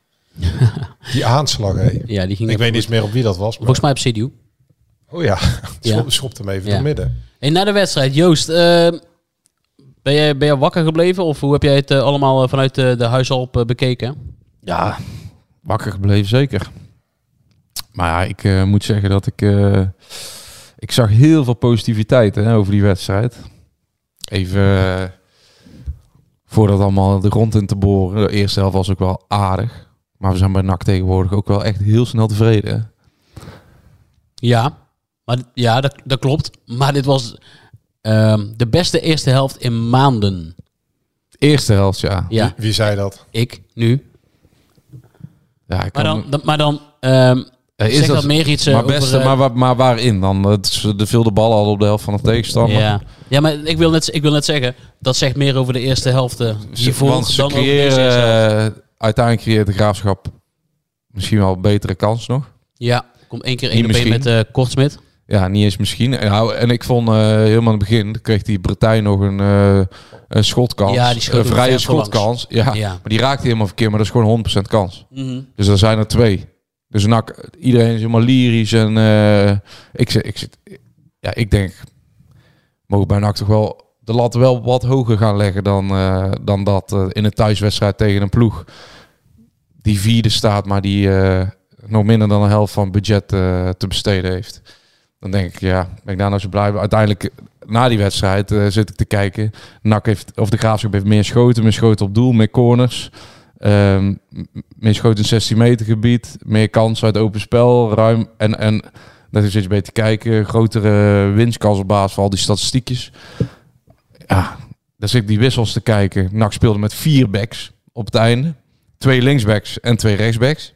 Die aanslag, hé. Ja, die ging Ik weet even niet eens goed. meer op wie dat was. Maar... Volgens mij op C D U. Oh ja, Ja. Schop, schopt hem even Ja. door midden. Hey, na de wedstrijd, Joost, uh, ben, jij, ben jij wakker gebleven? Of hoe heb jij het uh, allemaal uh, vanuit uh, de huisalp uh, bekeken? Ja, wakker gebleven, zeker. Maar ja, ik uh, moet zeggen dat ik... Uh, ik zag heel veel positiviteit hè, over die wedstrijd. Even... Uh, voordat allemaal de grond in te boren. De eerste helft was ook wel aardig. Maar we zijn bij N A C tegenwoordig ook wel echt heel snel tevreden. Hè? Ja, maar, ja dat, dat klopt. Maar dit was uh, de beste eerste helft in maanden. Eerste helft, ja. Ja, Wie, wie zei dat? ik, nu. ja ik Maar kan- dan, dan, maar dan um, Ja, is zeg dat- dat meer iets uh, maar, beste, over... uh, maar, waar- maar waarin dan? Dat ze de veel de ballen hadden op de helft van de tegenstander. ja. ja, maar ik wil, net, ik wil net zeggen, dat zegt meer over de eerste helft uh, hiervoor Want ze dan over deze eerste helft. creëren... Uh, uiteindelijk creëert de Graafschap misschien wel een betere kans nog. Ja, komt één keer Niet één op één met misschien. uh, Kortsmit. Ja, niet eens misschien. En, nou, en ik vond uh, helemaal in het begin kreeg die Bretijn nog een, uh, een schotkans. Ja, die schoot een hem vrije ver voorlangs. schotkans. Ja, Ja. maar die raakte helemaal verkeerd, maar dat is gewoon honderd procent kans. Mhm. Dus er zijn er twee. Dus N A C, iedereen is helemaal lyrisch. En uh, ik, zit, ik, zit, ja, ik denk, mogen bij N A C toch wel de lat wel wat hoger gaan leggen dan, uh, dan dat uh, in een thuiswedstrijd tegen een ploeg die vierde staat, maar die uh, nog minder dan een helft van het budget uh, te besteden heeft. Dan denk ik, ja, ben ik daar nou zo blij mee. Uiteindelijk, na die wedstrijd, uh, zit ik te kijken. N A C heeft, of de Graafschap heeft meer schoten, meer schoten op doel, meer corners. Um, meer schoten in zestien meter gebied, meer kansen uit open spel, ruim. En, en dat is iets beter kijken, grotere winstkans op basis van al die statistiekjes. Ja, daar zit ik die wissels te kijken. N A C speelde met vier backs op het einde. Twee linksbacks en twee rechtsbacks.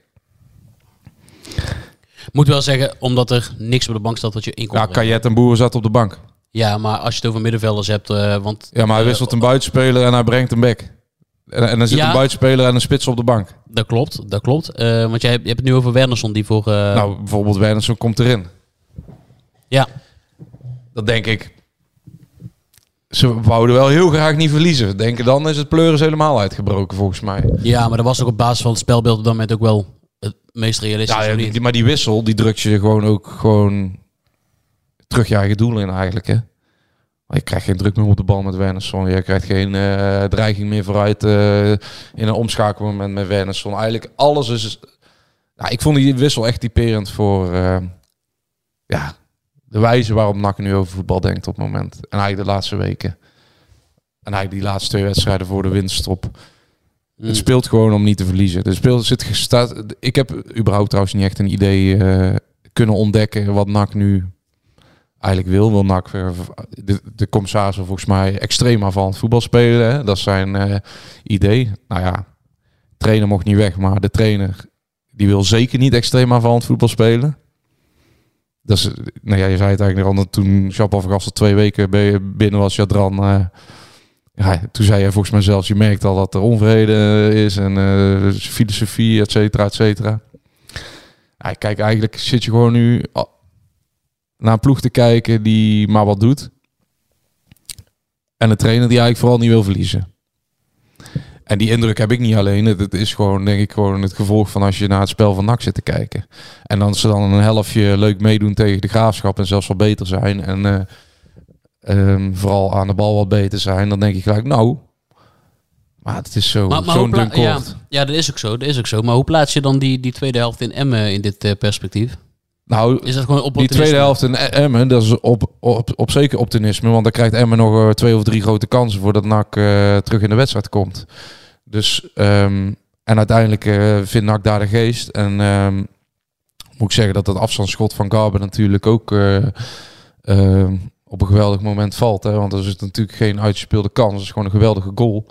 Moet wel zeggen, omdat er niks op de bank staat wat je in kon Ja, brengen. Kajet en Boeren zaten op de bank. Ja, maar als je het over middenvelders hebt, uh, want... Ja, maar hij uh, wisselt een buitenspeler en hij brengt een back. En, en dan zit Ja. een buitenspeler en een spits op de bank. Dat klopt, dat klopt. Uh, want jij hebt, je hebt het nu over Wernersson die voor... Uh, Nou, bijvoorbeeld Wernersson komt erin. ja, Dat denk ik. Ze wouden wel heel graag niet verliezen. Denken dan is het pleuris helemaal uitgebroken volgens mij. ja, maar dat was ook op basis van het spelbeeld op dat moment ook wel het meest realistisch. Ja, ja, of die, niet? die- maar die wissel, die drukt je gewoon ook gewoon terug je eigen doel in eigenlijk. Hè? Maar je krijgt geen druk meer op de bal met Wernersson. Je krijgt geen eh, dreiging meer vooruit uh, in een omschakelmoment met Wernersson. Eigenlijk alles is... Ja, ik vond die wissel echt typerend voor uh, ja, de wijze waarop N A C nu over voetbal denkt op het moment. En eigenlijk de laatste weken. En eigenlijk die laatste twee wedstrijden voor de winterstop. Mm. Het speelt gewoon om niet te verliezen. De speel zit gestaat. Ik heb überhaupt trouwens niet echt een idee uh, kunnen ontdekken wat N A C nu eigenlijk wil. Wil N A C uh, de, de commissaris wil volgens mij extreem aanvallend voetbal spelen. Hè? Dat is zijn uh, idee. Nou ja, trainer mocht niet weg, maar de trainer die wil zeker niet extreem aanvallend voetbal spelen. Dat is, nou ja, je zei het eigenlijk al, dat toen Jean-Paul van Gastel twee weken binnen was, Jadran... Uh, ja, toen zei hij volgens mij zelfs, je merkt al dat er onvrede is en uh, filosofie, et cetera, et cetera. Ja, kijk, eigenlijk zit je gewoon nu naar een ploeg te kijken die maar wat doet. En een trainer die eigenlijk vooral niet wil verliezen. En die indruk heb ik niet alleen. Het, het is gewoon, denk ik, gewoon het gevolg van als je naar het spel van N A C zit te kijken. En dan ze dan een helftje leuk meedoen tegen de Graafschap en zelfs wel beter zijn. En uh, um, vooral aan de bal wat beter zijn. Dan denk ik gelijk, nou... Maar het is zo, maar, maar zo'n pla- dun kort. Ja, ja, dat is ook zo. Dat is ook zo. Maar hoe plaats je dan die, die tweede helft in Emmen in dit uh, perspectief? Nou, is dat gewoon die tweede helft in Emmen, dat is op, op, op zeker optimisme. Want dan krijgt Emmen nog uh, twee of drie grote kansen voordat N A C uh, terug in de wedstrijd komt. Dus, um, en uiteindelijk uh, vindt N A C daar de geest. En um, moet ik zeggen dat dat afstandsschot van Garber natuurlijk ook uh, uh, op een geweldig moment valt. Hè? Want er is natuurlijk geen uitgespeelde kans. Het is gewoon een geweldige goal.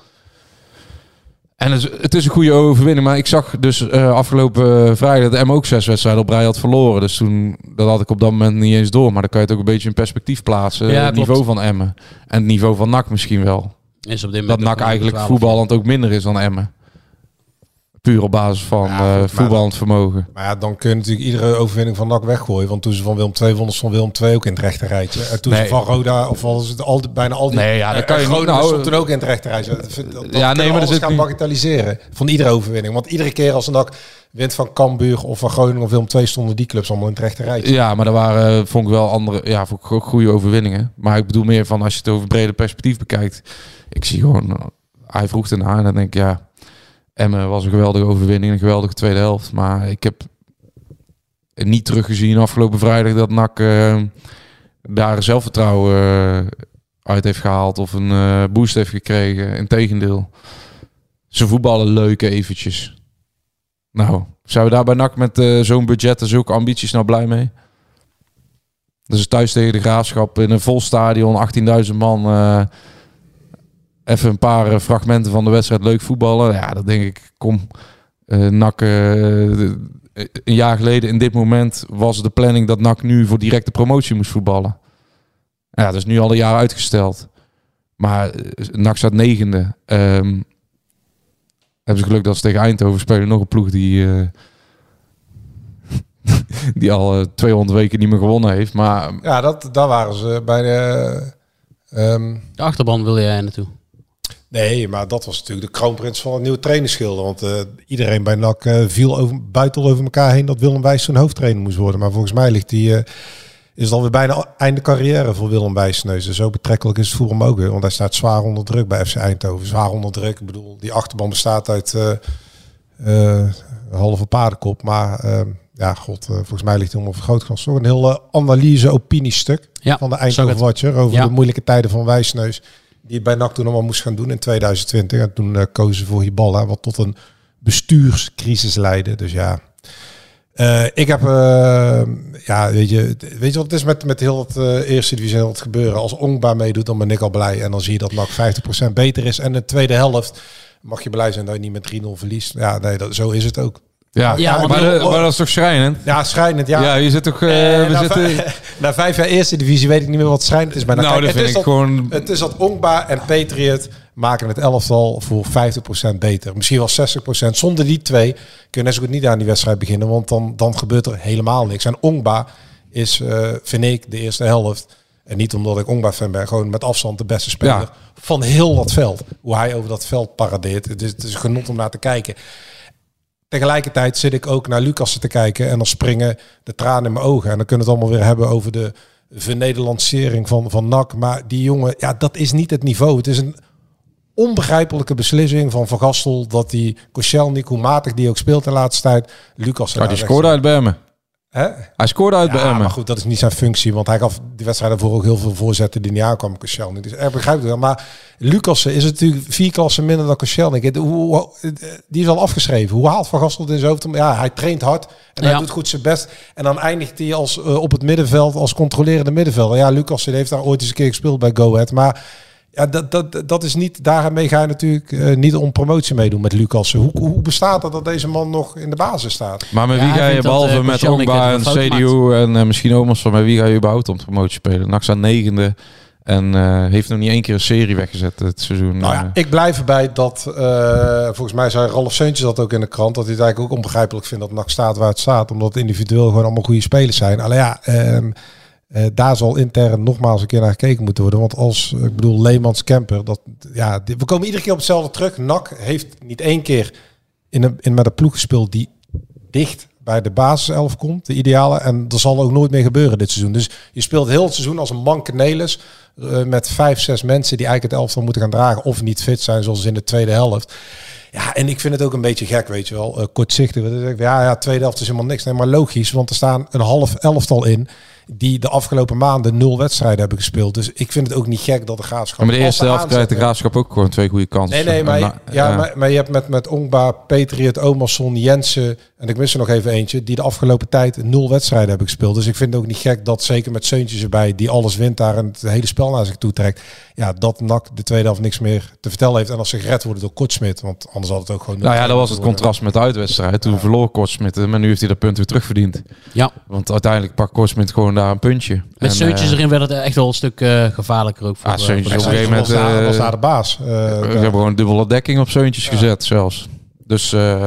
En het is, het is een goede overwinning. Maar ik zag dus uh, afgelopen uh, vrijdag dat Emmen ook zes wedstrijden op rij had verloren. Dus toen, dat had ik op dat moment niet eens door. Maar dan kan je het ook een beetje in perspectief plaatsen. Ja, het niveau van Emmen. En het niveau van N A C misschien wel. Is op dit dat N A C eigenlijk voetballend ook minder is dan Emmen. Puur op basis van ja, uh, voetballend vermogen. Maar ja, dan kun je natuurlijk iedere overwinning van N A C weggooien. Want toen ze van Willem twee wonnen, stond Willem twee ook in het rechterrijtje. En toen nee. ze van Roda, of was het al, bijna al die... Nee, ja, dat kan je Groningen nou, stond toen ook in het rechterrijtje. Dat, dat ja, nee, maar dat is gaan bagatelliseren van iedere overwinning. Want iedere keer als een N A C wint van Cambuur of van Groningen of Willem twee, stonden die clubs allemaal in het rechterrijtje. Ja, maar er waren, vond ik wel andere, ja, vond ik ook goede overwinningen. Maar ik bedoel meer van als je het over brede perspectief bekijkt. Ik zie gewoon, hij vroeg ernaar en dan denk ik, ja... Emmen was een geweldige overwinning, een geweldige tweede helft. Maar ik heb niet teruggezien afgelopen vrijdag dat N A C uh, daar zelfvertrouwen uh, uit heeft gehaald of een uh, boost heeft gekregen. Integendeel. Ze voetballen leuk eventjes. Nou, zijn we daar bij N A C met uh, zo'n budget en zulke ambities nou blij mee? Dus thuis tegen de Graafschap in een vol stadion, achttienduizend man... Uh, even een paar uh, fragmenten van de wedstrijd leuk voetballen. Ja, dat denk ik, kom, uh, N A C... Uh, een jaar geleden in dit moment was de planning dat N A C nu voor directe promotie moest voetballen. Ja, dat is nu al een jaar uitgesteld. Maar uh, N A C staat negende. Um, hebben ze geluk dat ze tegen Eindhoven spelen. Nog een ploeg die... Uh, die al uh, tweehonderd weken niet meer gewonnen heeft. Maar ja, dat, daar waren ze bij de... Um... De achterban wil jij naartoe. Nee, maar dat was natuurlijk de kroonprins van het nieuwe trainerschilder. Want uh, iedereen bij N A C uh, viel over, buitel over elkaar heen dat Willem Wijs zijn hoofdtrainer moest worden. Maar volgens mij ligt die, uh, is het alweer bijna einde carrière voor Willem Wijsneus. Dus zo betrekkelijk is het voor hem ook. Hè? Want hij staat zwaar onder druk bij F C Eindhoven. Zwaar onder druk. Ik bedoel, die achterban bestaat uit uh, uh, een halve paardenkop. Maar uh, ja, god, uh, volgens mij ligt hij onder vergrootglas. Toch een heel uh, analyse-opiniestuk ja, van de Eindhoven Watcher over ja. de moeilijke tijden van Wijsneus. Die het bij N A C toen allemaal moest gaan doen in tweeduizend twintig. En toen uh, kozen ze voor Hiballa, wat tot een bestuurscrisis leidde. Dus ja, uh, ik heb, uh, ja, weet je, weet je wat het is met, met heel het uh, eerste divisie heel het gebeuren. Als Ongba meedoet, dan ben ik al blij. En dan zie je dat N A C vijftig procent beter is. En de tweede helft mag je blij zijn dat je niet met drie nul verliest. Ja, nee, dat, zo is het ook. Ja, ja, maar, maar, de, maar dat is toch schrijnend? Ja, schrijnend, ja. Ja, je zit toch... Uh, uh, we na, zitten... vijf, na vijf jaar eerste divisie weet ik niet meer wat schrijnend is. Maar nou, kijk, dat het vind is ik dat, gewoon... Het is dat Ongba en Patriot maken het elftal voor vijftig procent beter. Misschien wel zestig procent. Zonder die twee kun je net zo goed niet aan die wedstrijd beginnen. Want dan, dan gebeurt er helemaal niks. En Ongba is, uh, vind ik, de eerste helft... En niet omdat ik Ongba-fan ben, gewoon met afstand de beste speler ja. van heel dat veld. Hoe hij over dat veld paradeert. Het is, het is genot om naar te kijken. Tegelijkertijd zit ik ook naar Lucas te kijken en dan springen de tranen in mijn ogen. En dan kunnen we het allemaal weer hebben over de vernederlandsering van, van N A C. Maar die jongen, ja, dat is niet het niveau. Het is een onbegrijpelijke beslissing van Van Gastel dat die Koscielnik, hoe matig die ook speelt de laatste tijd, Lucas... Ja, die scoorde uit bij Emmen. Hè? Hij scoorde uit ja, bij Emmen. Maar goed, dat is niet zijn functie, want hij gaf die wedstrijd daarvoor ook heel veel voorzetten die niet aankwamen, Koscielnik. Dus er begrijp ik wel. Maar Lucassen is natuurlijk vier klassen minder dan Koscielnik. Die is al afgeschreven. Hoe haalt Van Gastel het in zijn hoofd? Ja, hij traint hard en hij ja. doet goed zijn best. En dan eindigt hij als uh, op het middenveld als controlerende middenvelder. Ja, Lucassen heeft daar ooit eens een keer gespeeld bij Go Ahead, maar Ja, dat, dat, dat is niet... Daarmee ga je natuurlijk uh, niet om promotie meedoen met Lucas. Hoe, hoe bestaat het dat deze man nog in de basis staat? Maar met Ja, wie ga hij je, vindt dat, behalve uh, met Koscielny Ogba en een fout C D U en uh, misschien Omos van, met wie ga je überhaupt om de promotie spelen? N A C staat negende en uh, heeft nog niet één keer een serie weggezet dit seizoen. Nou ja, uh. ik blijf erbij dat... Uh, volgens mij zei Ralf Seuntjes dat ook in de krant... dat hij het eigenlijk ook onbegrijpelijk vindt dat N A C staat waar het staat. Omdat individueel gewoon allemaal goede spelers zijn. Alleen ja... Um, Uh, daar zal intern nogmaals een keer naar gekeken moeten worden. Want als, ik bedoel, Leemans, Kemper... Dat, ja, die, we komen iedere keer op hetzelfde terug. N A C heeft niet één keer in een, in, met een ploeg gespeeld... die dicht bij de basiself komt, de ideale. En dat zal ook nooit meer gebeuren dit seizoen. Dus je speelt heel het seizoen als een manke Nelis... Uh, met vijf, zes mensen die eigenlijk het elftal moeten gaan dragen... of niet fit zijn, zoals in de tweede helft. Ja, en ik vind het ook een beetje gek, weet je wel. Uh, kortzichtig. Ja, ja, tweede helft is helemaal niks. Nee, maar logisch, want er staan een half elftal in... die de afgelopen maanden nul wedstrijden hebben gespeeld. Dus ik vind het ook niet gek dat de Graafschap... Ja, maar de eerste helft krijgt de Graafschap ook gewoon twee goede kansen. Nee, nee, maar, na, ja, uh, maar, maar je hebt met, met Ongba, Petriot, Omerson, Jensen... en ik mis er nog even eentje... die de afgelopen tijd nul wedstrijden hebben gespeeld. Dus ik vind het ook niet gek dat, zeker met Seuntjes erbij... die alles wint daar en het hele spel naar zich toe trekt... ja, dat N A C de tweede helft niks meer te vertellen heeft. En als ze gered worden door Kortsmit... want anders had het ook gewoon... Nou ja, dat was het contrast met de uitwedstrijd. Toen ja. verloor Kortsmit, maar nu heeft hij dat punt weer terugverdiend. Ja. Want uiteindelijk pakt Kortsmit gewoon daar een puntje. Met Seuntjes uh, erin werd het echt wel een stuk uh, gevaarlijker ook. Voor, ah, Seuntjes uh, op een gegeven moment... Uh, was daar de baas. Uh, we uh, hebben gewoon dubbele dekking op Seuntjes ja. gezet zelfs. Dus uh,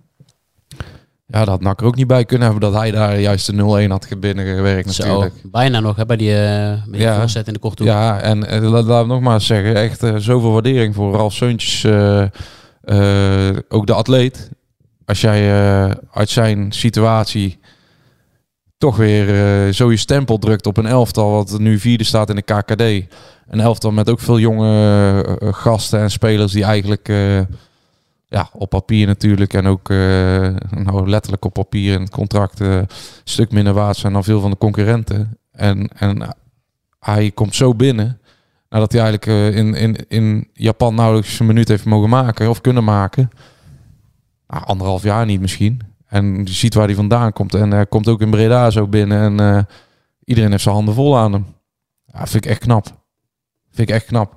ja, dat had N A C er ook niet bij kunnen hebben... dat hij daar juist de nul-een had binnengewerkt natuurlijk. Zo, bijna nog hè, bij die, uh, bij die ja. voorzet in de korte hoek. Ja, en uh, laat, laat ik nogmaals zeggen... echt uh, zoveel waardering voor Ralf Seuntjes. Uh, uh, ook de atleet. Als jij uh, uit zijn situatie... toch weer uh, zo je stempel drukt op een elftal... wat nu vierde staat in de K K D. Een elftal met ook veel jonge uh, gasten en spelers... die eigenlijk uh, ja, op papier natuurlijk... en ook uh, nou, letterlijk op papier in het contract... Uh, een stuk minder waard zijn dan veel van de concurrenten. En, en uh, hij komt zo binnen... nadat hij eigenlijk uh, in, in, in Japan nauwelijks een minuut heeft mogen maken... of kunnen maken. Nou, anderhalf jaar niet misschien... En je ziet waar hij vandaan komt. En hij uh, komt ook in Breda zo binnen. En uh, iedereen heeft zijn handen vol aan hem. Ja, vind ik echt knap. Vind ik echt knap.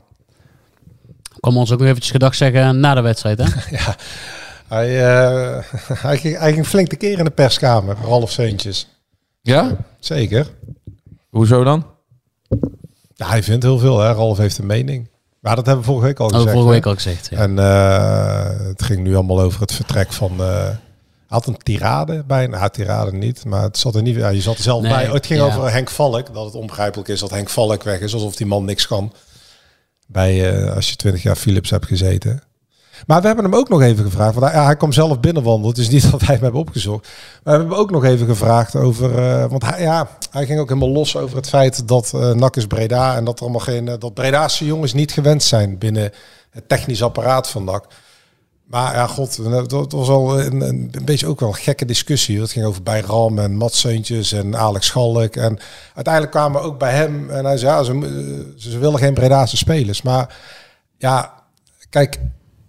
Kom ons ook nog eventjes gedag zeggen na de wedstrijd, hè? ja, hij, uh, hij, ging, hij ging flink tekeer in de perskamer. Ralf Seuntjes. Ja? Zeker. Hoezo dan? Ja, hij vindt heel veel, hè. Ralf heeft een mening. Maar dat hebben we vorige week al gezegd. Oh, vorige week al gezegd, ja. En uh, het ging nu allemaal over het vertrek van... Uh, had een tirade bij, nou tirade niet, maar het zat er niet. Ja, je zat er zelf nee, bij. Het ging ja. over Henk Valk, dat het onbegrijpelijk is dat Henk Valk weg is, alsof die man niks kan. Bij uh, als je twintig jaar Philips hebt gezeten. Maar we hebben hem ook nog even gevraagd, want hij, hij kwam zelf binnenwandelen. Het is niet dat wij hem hebben opgezocht. Maar we hebben hem ook nog even gevraagd over, uh, want hij, ja, hij ging ook helemaal los over het feit dat uh, N A C is Breda en dat er allemaal geen, uh, dat Bredaanse jongens niet gewend zijn binnen het technisch apparaat van N A C. Maar ja, god, dat was al een, een beetje ook wel een gekke discussie. Het ging over bij Ram en Mats Seuntjes en Alex Schalk. En uiteindelijk kwamen we ook bij hem. En hij zei, ja, ze, ze willen geen Bredaanse spelers. Maar ja, kijk,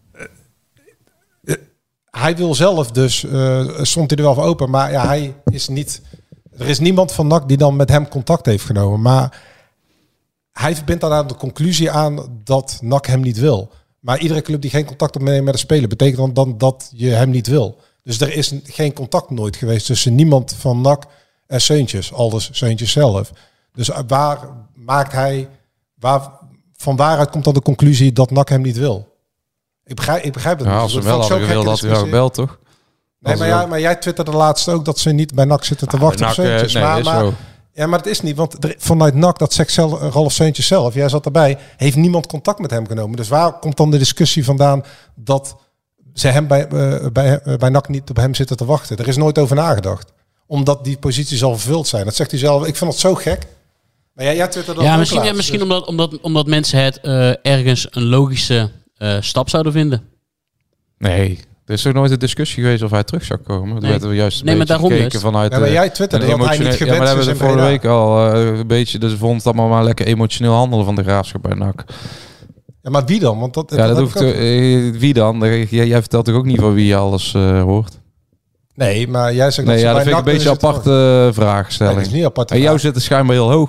uh, hij wil zelf dus, uh, stond hij er wel voor open. Maar ja, hij is niet, er is niemand van N A C die dan met hem contact heeft genomen. Maar hij verbindt daar de conclusie aan dat N A C hem niet wil. Maar iedere club die geen contact opneemt met een speler... betekent dan, dan dat je hem niet wil. Dus er is geen contact nooit geweest... tussen niemand van N A C en Seuntjes. Aldus Seuntjes zelf. Dus waar maakt hij... Waar, van waaruit komt dan de conclusie dat N A C hem niet wil? Ik begrijp, ik begrijp dat ja, niet. Als ze wel hadden gewild, had hij wel gebeld, toch? Nee, maar, ja, maar jij twitterde laatst ook... dat ze niet bij N A C zitten te ah, wachten op Seuntjes. Nee, maar, maar, ja, maar het is niet, want er, vanuit N A C, dat zegt zelf, Ralf Seuntjes zelf, jij zat erbij, heeft niemand contact met hem genomen. Dus waar komt dan de discussie vandaan dat ze hem bij, uh, bij, uh, bij N A C niet op hem zitten te wachten? Er is nooit over nagedacht. Omdat die posities al vervuld zijn. Dat zegt hij zelf. Ik vind het zo gek. Maar jij, jij twitterde dat ja, ook misschien, laatst, ja, misschien dus. omdat, omdat, omdat mensen het uh, ergens een logische uh, stap zouden vinden. Nee. Er is ook nooit een discussie geweest of hij terug zou komen. Nee. Er werd er juist een nee, beetje gekeken dus. vanuit... Ja, maar jij twitterde dat hij niet gewend is. Ja, maar dat hebben we in vorige week al uh, een beetje... Dus we vonden het allemaal maar lekker emotioneel handelen van de Graafschap bij N A C. Ja, maar wie dan? Want dat, ja, dat, dat dat hoeft... Uh, wie dan? Jij, jij vertelt toch ook niet van wie je alles uh, hoort? Nee, maar jij zegt nee, dat ja, ze dat bij vind ik een beetje een aparte uh, vraagstelling. Nee, dat is niet apart. En jou zit er schijnbaar heel hoog.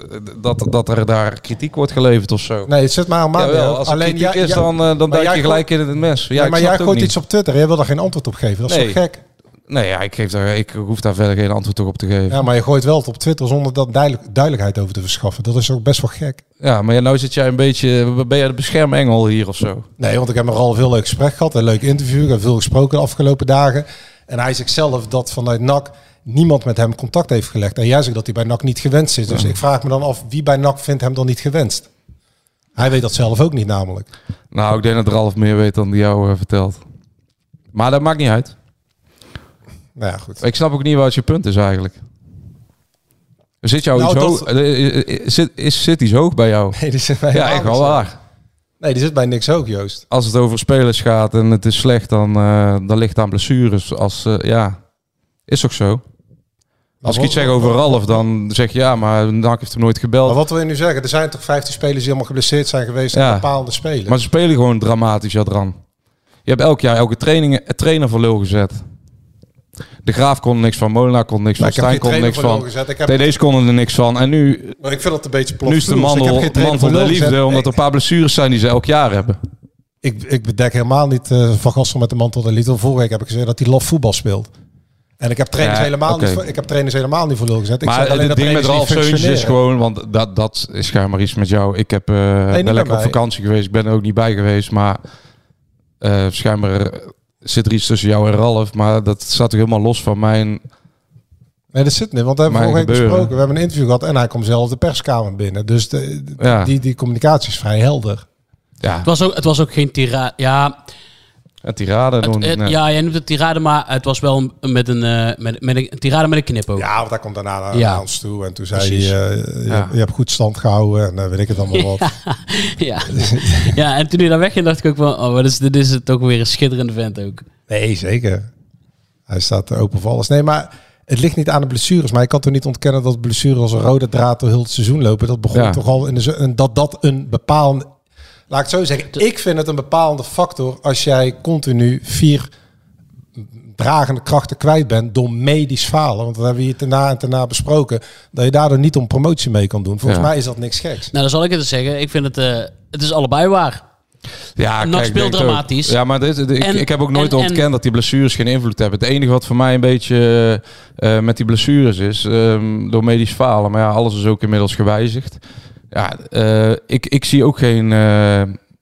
dat, dat er daar kritiek wordt geleverd of zo. Nee, het zit maar aan mij. Jawel, als er Alleen kritiek ja, is, ja, dan, uh, dan duik je jij gelijk gooit, in het mes. Ja, nee, ik maar snap jij het ook gooit niet. iets op Twitter en jij wil daar geen antwoord op geven. Dat is Nee. toch gek? Nee, ja, ik, geef daar, ik hoef daar verder geen antwoord op te geven. Ja, maar je gooit wel het op Twitter zonder dat duidelijk, duidelijkheid over te verschaffen. Dat is ook best wel gek. Ja, maar ja, nou zit jij een beetje... Ben jij de beschermengel hier of zo? Nee, want ik heb nogal een veel leuk gesprek gehad. Een leuk interview. Ik heb veel gesproken de afgelopen dagen. En hij zegt zelf dat vanuit N A C niemand met hem contact heeft gelegd. En jij zegt dat hij bij N A C niet gewenst is. Dus Ja. ik vraag me dan af, wie bij N A C vindt hem dan niet gewenst? Hij weet dat zelf ook niet namelijk. Nou, ik denk dat Ralf meer weet dan die jou uh, vertelt. Maar dat maakt niet uit. Nou ja, goed. Ik snap ook niet wat je punt is eigenlijk. Zit jou Nou, iets dat- hoog? uh, Zit, is, zit iets hoog bij jou? Nee, die zit bij Ja, helemaal echt wel niks hoog. waar. Nee, die zit bij niks ook, Joost. Als het over spelers gaat en het is slecht, dan, uh, dan ligt het aan blessures. Als, uh, ja, is toch zo? Als ik iets zeg over Ralf, dan zeg je ja, maar N A C heeft hem nooit gebeld. Maar wat wil je nu zeggen? Er zijn toch vijftien spelers die allemaal geblesseerd zijn geweest Ja. aan bepaalde spelers? Maar ze spelen gewoon dramatisch, Jadran. Je hebt elk jaar elke training, trainer voor lul gezet. De Graaf kon er niks van, Molenaar kon er niks Maar van, ik heb Stijn geen kon er trainer niks voor van, lul gezet. Ik heb- T D's konden er niks van. En nu, Maar ik vind dat een beetje plat nu is de vloers. Ik heb mandel, geen trainer mantel voor der lul gezet. liefde, omdat er Ik- een paar blessures zijn die ze elk jaar hebben. Ik, ik bedek helemaal niet uh, Van Gastel met de mantel der liefde. Vorige week heb ik gezegd dat hij lof voetbal speelt. En ik heb trainers, Ja, helemaal, oké. niet, voor- ik heb trainers helemaal niet voor lul gezet. Ik Maar zeg alleen het dat ding met trainers Ralf niet Seuntjes is functioneren. gewoon, want dat, dat is schijnbaar iets met jou. Ik heb, uh, ben bij lekker op mij. vakantie geweest, ik ben er ook niet bij geweest, maar uh, schijnbaar zit er iets tussen jou en Ralf, maar dat staat toch helemaal los van mijn... Nee, dat zit niet, want we hebben Mijn vorige week gebeuren. besproken. We hebben een interview gehad en hij komt zelf de perskamer binnen. Dus de, de- Ja. die, die communicatie is vrij helder. Ja, Het was ook, het was ook geen tirade. Ja, een tirade het, doen. het- nee. ja, jij noemt het tirade, maar het was wel een- met een, eh, met, met een tirade met een knipoog. Ja, want hij komt daarna naar, Ja. naar ons toe. En toen zei Precies. hij, uh, je, Ja. je hebt goed stand gehouden. En uh, weet ik het allemaal wat. Ja. Ja, en toen hij daar wegging, dacht ik ook van, oh, wat is, dit is het toch weer een schitterende vent ook. Nee, zeker. Hij staat open voor alles. Nee, maar het ligt niet aan de blessures. Maar ik kan toch niet ontkennen dat blessures als een rode draad door heel het seizoen lopen. Dat begon Ja. toch al in de zo- en dat dat een bepaalde... Laat ik het zo zeggen. Ik vind het een bepalende factor als jij continu vier dragende krachten kwijt bent door medisch falen. Want dat hebben we hier ten na en ten na besproken. Dat je daardoor niet om promotie mee kan doen. Volgens Ja. mij is dat niks geks. Nou, dan zal ik het eens zeggen. Ik vind het, eh, het is allebei waar. Ja, N A C kijk, speelt ik denk het dramatisch. ook. Ja, maar dit, ik, En- ik heb ook nooit en- ontkend en- dat die blessures geen invloed hebben. Het enige wat voor mij een beetje uh, met die blessures is, um, door medisch falen. Maar ja, alles is ook inmiddels gewijzigd. Ja, uh, ik, ik zie ook geen, uh,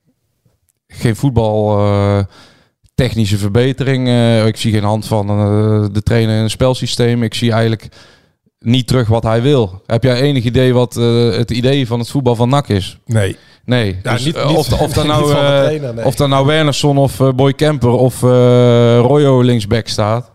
geen voetbal uh, technische verbetering. Uh, ik zie geen hand van uh, de trainer in een spelsysteem. Ik zie eigenlijk niet terug wat hij wil. Heb jij enig idee wat uh, het idee van het voetbal van N A C is? Nee. Nee, Ja, dus, niet- uh, niet- of, of, daar niet nou, van de uh, trainer, nee. of daar nou Wernersson of uh, Boy Kemper of uh, Royo linksback staat.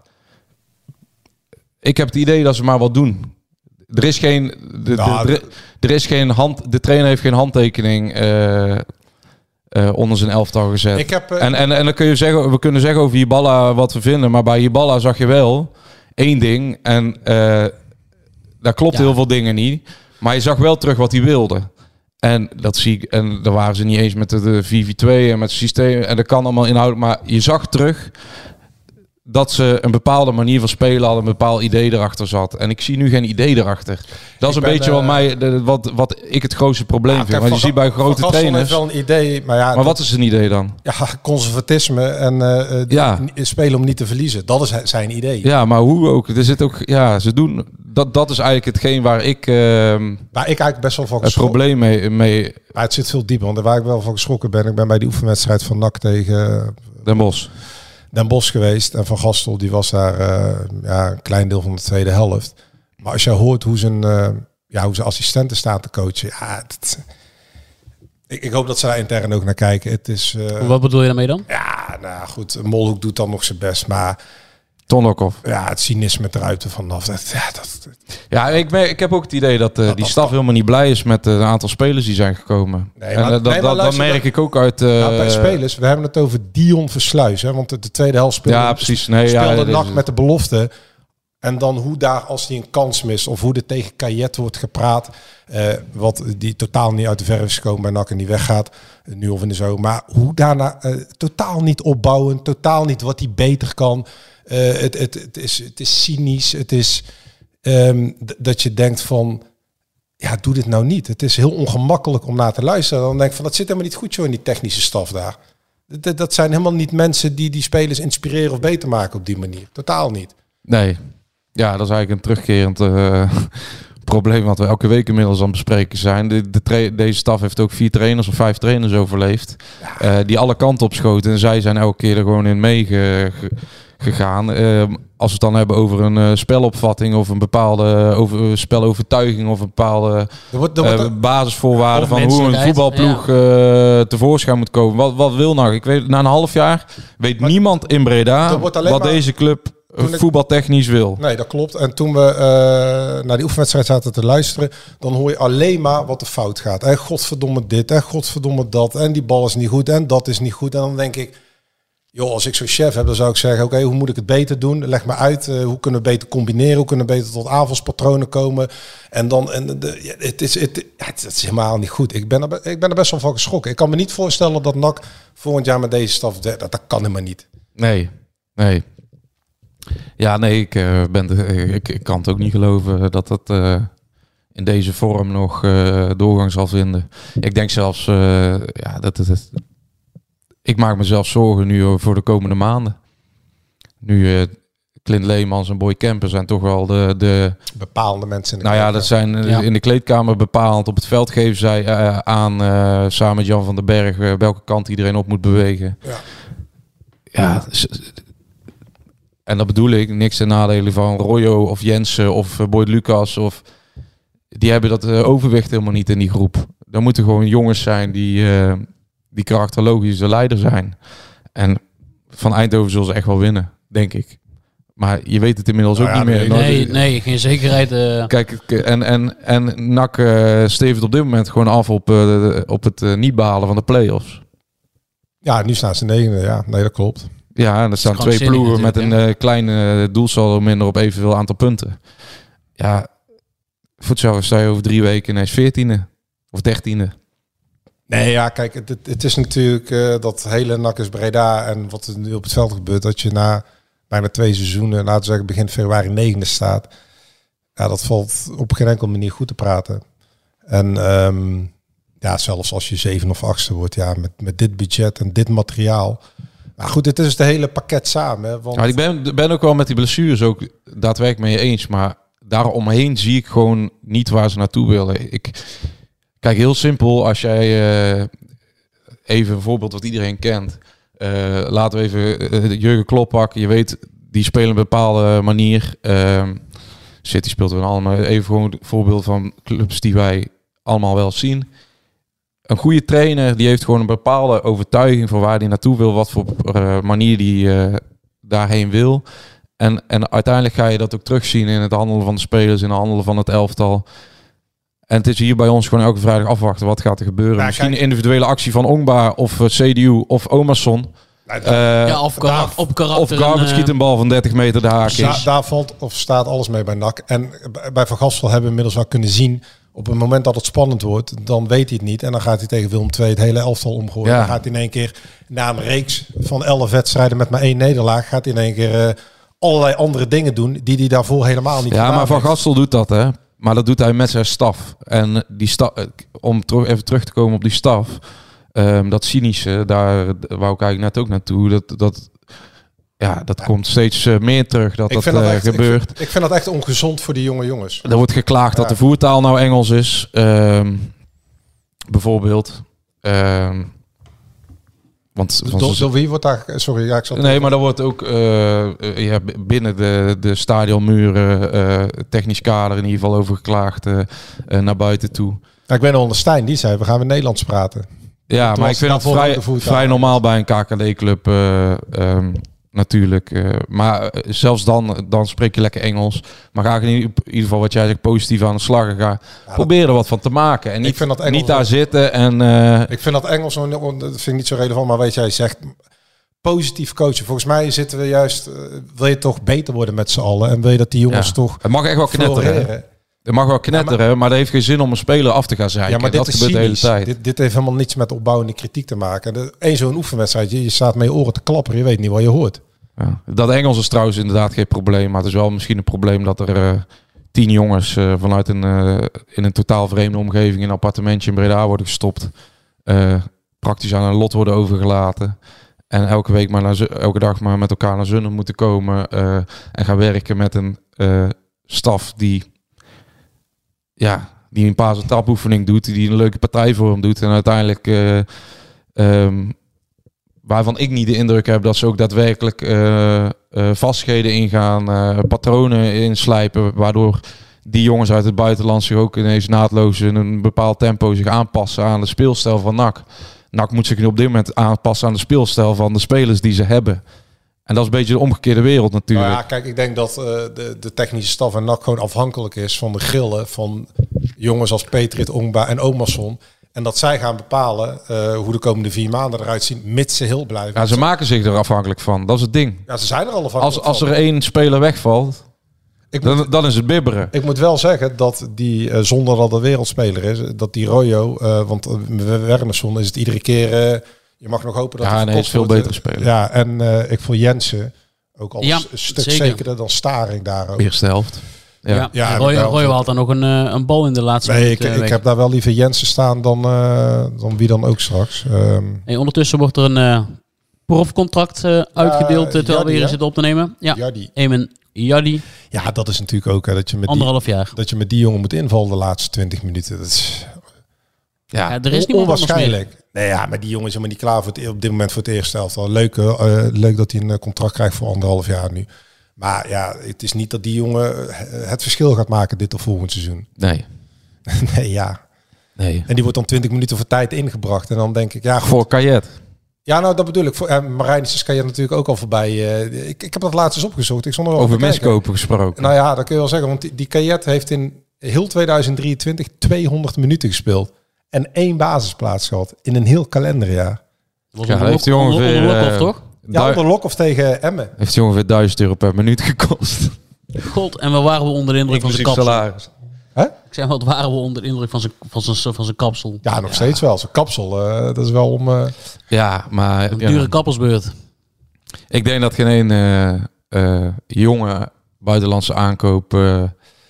Ik heb het idee dat ze maar wat doen. Er is geen, de, Nou, de, de- er is geen hand, de trainer heeft geen handtekening uh, uh, onder zijn elftal gezet. Ik heb, uh, en, en, en dan kun je zeggen, we kunnen zeggen over Hiballa wat we vinden, maar bij Hiballa zag je wel één ding en uh, daar klopt Ja. heel veel dingen niet. Maar je zag wel terug wat hij wilde. En dat zie ik, en daar waren ze niet eens met de, de vier vier twee en met het systeem. En dat kan allemaal inhouden. Maar je zag terug dat ze een bepaalde manier van spelen hadden, een bepaald idee erachter zat. En ik zie nu geen idee erachter. Dat is Ik een ben, beetje uh, wat, mij, de, wat, wat ik het grootste probleem Ja, vind. kijk, Want je Van ziet bij Ga- grote Van Gastel trainers. heeft wel een idee, maar ja, Maar dat- wat is een idee dan? ja, conservatisme en uh, uh, Ja. n- spelen om niet te verliezen. Dat is zijn idee. Ja, maar hoe ook. Er zit ook, ja, ze doen. Dat, dat is eigenlijk hetgeen waar ik uh, Waar ik eigenlijk best wel van het geschrokken probleem mee, mee Maar het zit veel dieper. Want waar ik wel van geschrokken ben, ik ben bij die oefenwedstrijd van N A C tegen Den Bosch. Den Bosch geweest. En Van Gastel, die was daar uh, ja, een klein deel van de tweede helft. Maar als je hoort hoe zijn, uh, ja, hoe zijn assistenten staan te coachen. Ja, het, ik, ik hoop dat ze daar intern ook naar kijken. Het is, uh, Wat bedoel je daarmee dan? ja, nou goed, Molhoek doet dan nog zijn best. Maar Tonokov. ja, het cynisme eruit er vanaf. Dat, ja, dat, Ja, ik, merk, ik heb ook het idee dat uh, Dat- die dat- staf helemaal niet blij is met uh, een aantal spelers die zijn gekomen. Nee, en maar- uh, dat, nee, maar dat, dat luister, merk dat- ik ook uit... Uh, nou, bij spelers, we hebben het over Dion Versluis. Hè, want de, de tweede helft speelde, Ja, precies. Nee, ja, speelde dit N A C is- met de belofte. En dan hoe daar, als hij een kans mist, of hoe er tegen Kajet wordt gepraat, eh, wat die totaal niet uit de verf is gekomen bij N A C en die weggaat, eh, nu of in de zomer. Maar hoe daarna eh, totaal niet opbouwen, totaal niet wat hij beter kan. Eh, het, het, het, is, het is cynisch, het is ehm, d- dat je denkt van, ja, doe dit nou niet. Het is heel ongemakkelijk om naar te luisteren. Dan denk ik van, dat zit helemaal niet goed zo in die technische staf daar. Dat, dat zijn helemaal niet mensen die die spelers inspireren of beter maken op die manier. Totaal niet. Nee. Ja, dat is eigenlijk een terugkerend uh, probleem wat we elke week inmiddels aan het bespreken zijn. De, de tra- deze staf heeft ook vier trainers of vijf trainers overleefd. Ja. Uh, die alle kanten op schoten. En zij zijn elke keer er gewoon in meegegaan. Uh, als we het dan hebben over een uh, spelopvatting of een bepaalde over, uh, spelovertuiging of een bepaalde er wordt, er wordt, uh, basisvoorwaarden van hoe een voetbalploeg ja. uh, tevoorschijn moet komen. Wat, wat wil nou? Ik weet, na een half jaar weet maar, niemand in Breda wat maar, deze club voetbaltechnisch wil. Nee, dat klopt. En toen we uh, naar die oefenwedstrijd zaten te luisteren, dan hoor je alleen maar wat er fout gaat. En godverdomme dit, en godverdomme dat, en die bal is niet goed, en dat is niet goed. En dan denk ik, joh, als ik zo'n chef heb, dan zou ik zeggen, oké, okay, hoe moet ik het beter doen? Leg me uit, uh, hoe kunnen we beter combineren? Hoe kunnen we beter tot aanvalspatronen komen? En dan, en de, ja, het, is, het, ja, het is helemaal niet goed. Ik ben, er, ik ben er best wel van geschrokken. Ik kan me niet voorstellen dat N A C volgend jaar met deze staf, dat, dat kan helemaal niet. Nee, nee. Ja, nee, ik, uh, ben de, ik, ik kan het ook niet geloven dat dat uh, in deze vorm nog uh, doorgang zal vinden. Ik denk zelfs, uh, ja, dat het... Ik maak mezelf zorgen nu voor de komende maanden. Nu uh, Clint Leemans en Boy Kemper zijn toch wel de... de bepaalde mensen in de Nou ja, dat zijn uh, ja. in de kleedkamer bepaald. Op het veld geven zij uh, aan, uh, samen met Jan van den Berg, uh, welke kant iedereen op moet bewegen. Ja. Ja, en dat bedoel ik, niks ten nadele van Royo of Jensen of uh, Boyd Lucas. Of, die hebben dat uh, overwicht helemaal niet in die groep. Er moeten gewoon jongens zijn die, uh, die karakterologische leider zijn. En van Eindhoven zullen ze echt wel winnen, denk ik. Maar je weet het inmiddels nou ook ja, niet meer. Nee, nee, nee, geen zekerheid. Uh... Kijk, en, en, en N A C uh, stevend op dit moment gewoon af op, uh, op het uh, niet behalen van de play-offs. Ja, nu staan ze negende. Ja, nee, dat klopt. Ja, en er staan twee ploegen met een uh, kleine doelsaldo minder op evenveel aantal punten. Ja, voor hetzelfde sta je over drie weken ineens veertiende of dertiende. Nee, ja, kijk, het, het is natuurlijk uh, dat hele N A C is Breda en wat er nu op het veld gebeurt, dat je na bijna twee seizoenen, laten we zeggen begin februari negende staat. Ja, dat valt op geen enkele manier goed te praten. En um, ja, zelfs als je zeven of achtste wordt, ja, met, met dit budget en dit materiaal. Maar goed, dit is het hele pakket samen. Hè, want... nou, ik ben, ben ook wel met die blessures ook daadwerkelijk mee eens, maar daaromheen zie ik gewoon niet waar ze naartoe willen. Ik, kijk, heel simpel, als jij uh, even een voorbeeld wat iedereen kent. Uh, laten we even uh, Jurgen Klopp pakken. Je weet, die spelen een bepaalde manier. Uh, City speelt we allemaal even gewoon een voorbeeld van clubs die wij allemaal wel zien. Een goede trainer die heeft gewoon een bepaalde overtuiging van waar hij naartoe wil, wat voor uh, manier die uh, daarheen wil. En, en uiteindelijk ga je dat ook terugzien in het handelen van de spelers, in het handelen van het elftal. En het is hier bij ons gewoon elke vrijdag afwachten wat gaat er gebeuren. Ja, misschien een individuele actie van Ongba of uh, C D U of Omerson. Uh, ja, of, kar- op karakter. Of Garber schiet een bal van dertig meter de haak in. Da- daar valt of staat alles mee bij N A C. En bij Van Gastel hebben we inmiddels wel kunnen zien, op het moment dat het spannend wordt, dan weet hij het niet. En dan gaat hij tegen Willem twee het hele elftal omgooien. Ja. Dan gaat hij in één keer na een reeks van elf wedstrijden met maar één nederlaag, gaat hij in één keer uh, allerlei andere dingen doen die hij daarvoor helemaal niet. Ja, maar Van Gastel doet dat, hè. Maar dat doet hij met zijn staf. En die sta- om terug, even terug te komen op die staf. Um, dat cynische, daar wou ik eigenlijk net ook naartoe. Dat, dat, ja, dat ja. komt steeds uh, meer terug dat ik dat, dat uh, echt, gebeurt. Ik vind, ik vind dat echt ongezond voor die jonge jongens. Er wordt geklaagd ja. dat de voertaal nou Engels is. Um, bijvoorbeeld. Um, want, want door, door wie wordt daar... Sorry, ja, ik zal nee, maar dat wordt ook uh, ja, binnen de, de stadionmuren, uh, technisch kader in ieder geval over geklaagd uh, uh, naar buiten toe. Ja, ik ben onder Stijn, die zei, we gaan weer Nederlands praten. Ja, maar ik vind dat vrij, vrij normaal bij een K K D-club uh, um, natuurlijk. Uh, maar uh, zelfs dan, dan spreek je lekker Engels. Maar ga ik in ieder geval, wat jij zegt, positief aan de slag en ga ja, proberen er wat van te maken. En niet, vind dat Engels niet daar wel zitten. En, uh, ik vind dat Engels, dat vind ik niet zo relevant, maar weet jij, zegt positief coachen. Volgens mij zitten we juist, uh, wil je toch beter worden met z'n allen en wil je dat die jongens ja. toch... Het mag echt wel knetteren. Het mag wel knetteren, ja, maar, maar dat heeft geen zin om een speler af te gaan zeiken. Ja, maar dit dat gebeurt cynisch. De hele tijd. Dit, dit heeft helemaal niets met opbouwende kritiek te maken. Eén zo'n oefenwedstrijd, je, je staat met je oren te klapperen, je weet niet wat je hoort. Ja. Dat Engels is trouwens inderdaad geen probleem, maar het is wel misschien een probleem dat er uh, tien jongens uh, vanuit een, uh, in een totaal vreemde omgeving in een appartementje in Breda worden gestopt. Uh, praktisch aan een lot worden overgelaten. En elke week maar naar, elke dag maar met elkaar naar Zunnen moeten komen. Uh, en gaan werken met een uh, staf die, ja, die een paas- en trapoefening doet. Die een leuke partij voor hem doet. En uiteindelijk, uh, um, waarvan ik niet de indruk heb dat ze ook daadwerkelijk uh, uh, vastheden ingaan. Uh, patronen inslijpen. Waardoor die jongens uit het buitenland zich ook ineens naadloos in een bepaald tempo zich aanpassen aan de speelstijl van N A C. N A C moet zich nu op dit moment aanpassen aan de speelstijl van de spelers die ze hebben. En dat is een beetje de omgekeerde wereld natuurlijk. Nou ja, kijk, ik denk dat uh, de, de technische staf en N A C gewoon afhankelijk is van de grillen van jongens als Petrit, Ongba en Omarsson. En dat zij gaan bepalen uh, hoe de komende vier maanden eruit zien, mits ze heel blijven. Ja, ze maken zich er afhankelijk van. Dat is het ding. Ja, ze zijn er al afhankelijk als, als van. er één speler wegvalt, ik dan, moet, dan is het bibberen. Ik moet wel zeggen dat die, uh, zonder dat er wereldspeler is, dat die Royo, uh, want uh, Wernersson is het iedere keer, uh, je mag nog hopen dat ja, hij nee, is veel wordt. betere speler. Ja, en uh, ik vond Jensen ook al ja, een stuk zeker. zekerder dan Staring daar ook. Eerste helft. Ja, ja, ja Roy, Roy had dan nog een, uh, een bal in de laatste nee, minuut. ik, Uh, ik heb daar wel liever Jensen staan dan, uh, dan wie dan ook straks. Um, hey, ondertussen wordt er een uh, profcontract uh, uitgedeeld uh, terwijl Jaddi, we hier hè? zitten op te nemen. Ja, Jaddi. Eamon Jaddi. Ja, dat is natuurlijk ook hè, dat je met Anderhalf die, jaar. dat je met die jongen moet invallen de laatste twintig minuten. Dat is ja, ja, er is niemand onwaarschijnlijk. Nee, ja, maar die jongen is helemaal niet klaar voor het, op dit moment voor het eerste elftal. Leuk, uh, leuk dat hij een contract krijgt voor anderhalf jaar nu. Maar ja, het is niet dat die jongen het verschil gaat maken dit of volgend seizoen. Nee. nee, ja. Nee. En die wordt dan twintig minuten voor tijd ingebracht. En dan denk ik, ja, goed. Voor Kajet. Ja, nou, dat bedoel ik. Voor uh, Marijnissen kan je natuurlijk ook al voorbij. Uh, ik, ik heb dat laatst eens opgezocht. Ik stond er wel Over te kijken. miskopen gesproken. Nou ja, dat kun je wel zeggen. Want die, die Kajet heeft in heel tweeduizend drieëntwintig tweehonderd minuten gespeeld. En één basisplaats gehad. In een heel kalenderjaar. Was ja, een heeft hij ongeveer... onder, onder, onder toch? Ja, onder Lokhoff tegen Emmen. Heeft hij ongeveer duizend euro per minuut gekost. God, en we waren we onder de indruk van zijn kapsel. Salaris. Hè? Ik zei, wat waren we onder de indruk van zijn, van zijn, van zijn kapsel? Ja, nog ja. steeds wel. Zijn kapsel, uh, dat is wel om... Uh... Ja, maar... Een ja. dure kappelsbeurt. Ik denk dat geen een uh, uh, jonge buitenlandse aankoop uh,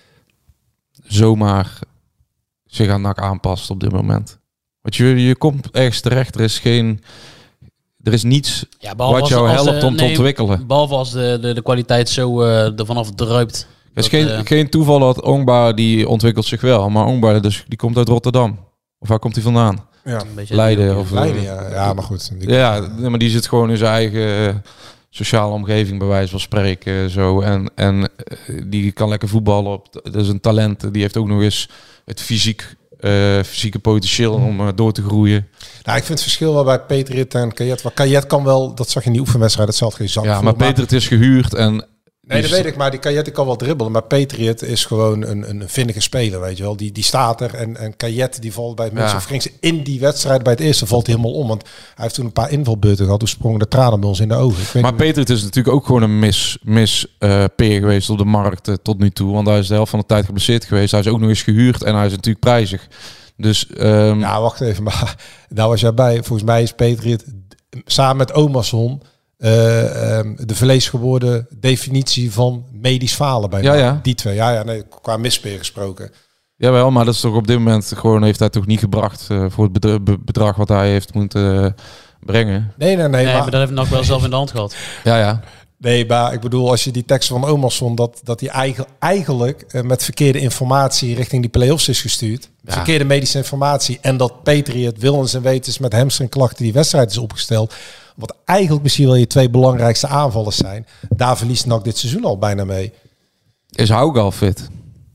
zomaar zich aan N A C aanpast op dit moment. Want je, je komt ergens terecht. Er is geen... Er is niets ja, wat jou helpt de, om nee, te ontwikkelen. Behalve als de, de, de kwaliteit zo uh, er vanaf druipt. Het is geen, uh, geen toeval dat Ongba, die ontwikkelt zich wel. Maar Ongba, dus, die komt uit Rotterdam. Of waar komt hij vandaan? Ja, een beetje Leiden. Of, Leiden, ja. Ja, maar goed. Ja, maar die zit gewoon in zijn eigen uh, sociale omgeving, bij wijze van spreken. Zo. En, en uh, die kan lekker voetballen. Op, dat is een talent. Die heeft ook nog eens het fysiek... Uh, fysieke potentieel om uh, door te groeien. Nou, ik vind het verschil wel bij Petrit en Kajet. Want Kajet kan wel, dat zag je in die oefenwedstrijd, dat zal geen zak Ja, voor, maar Petrit is gehuurd en... Nee, dat weet ik, maar die Kajet kan wel dribbelen. Maar Petrit is gewoon een, een vinnige speler, weet je wel. Die, die staat er en, en Kajet die valt bij het minste. Ja. Of ging ze in die wedstrijd bij het eerste valt hij helemaal om. Want hij heeft toen een paar invalbeurten gehad. Toen sprongen de tranen bij ons in de ogen. Ik weet maar Petrit is natuurlijk ook gewoon een mis, mis uh, peer geweest op de markt uh, tot nu toe. Want hij is de helft van de tijd geblesseerd geweest. Hij is ook nog eens gehuurd en hij is natuurlijk prijzig. Dus, um... ja, wacht even. Maar daar was jij bij. Volgens mij is Petrit samen met Omarsson... Uh, um, de vleesgeworden definitie van medisch falen bij ja, ja. die twee. Ja, ja, nee, qua mispeer gesproken. Jawel, maar dat is toch op dit moment gewoon heeft hij toch niet gebracht uh, voor het bedrag, bedrag wat hij heeft moeten uh, brengen. Nee, nee, nee. nee maar, maar dat heeft hij nog wel zelf in de hand gehad. Ja, ja. Nee, maar ik bedoel, als je die teksten van Omarsson, dat, dat hij eigen, eigenlijk uh, met verkeerde informatie richting die play-offs is gestuurd. Ja. Verkeerde medische informatie. En dat Petri het willens en wetens met hamstringklachten die wedstrijd is opgesteld. Wat eigenlijk misschien wel je twee belangrijkste aanvallers zijn. Daar verliest N A C dit seizoen al bijna mee. Is Haugal fit?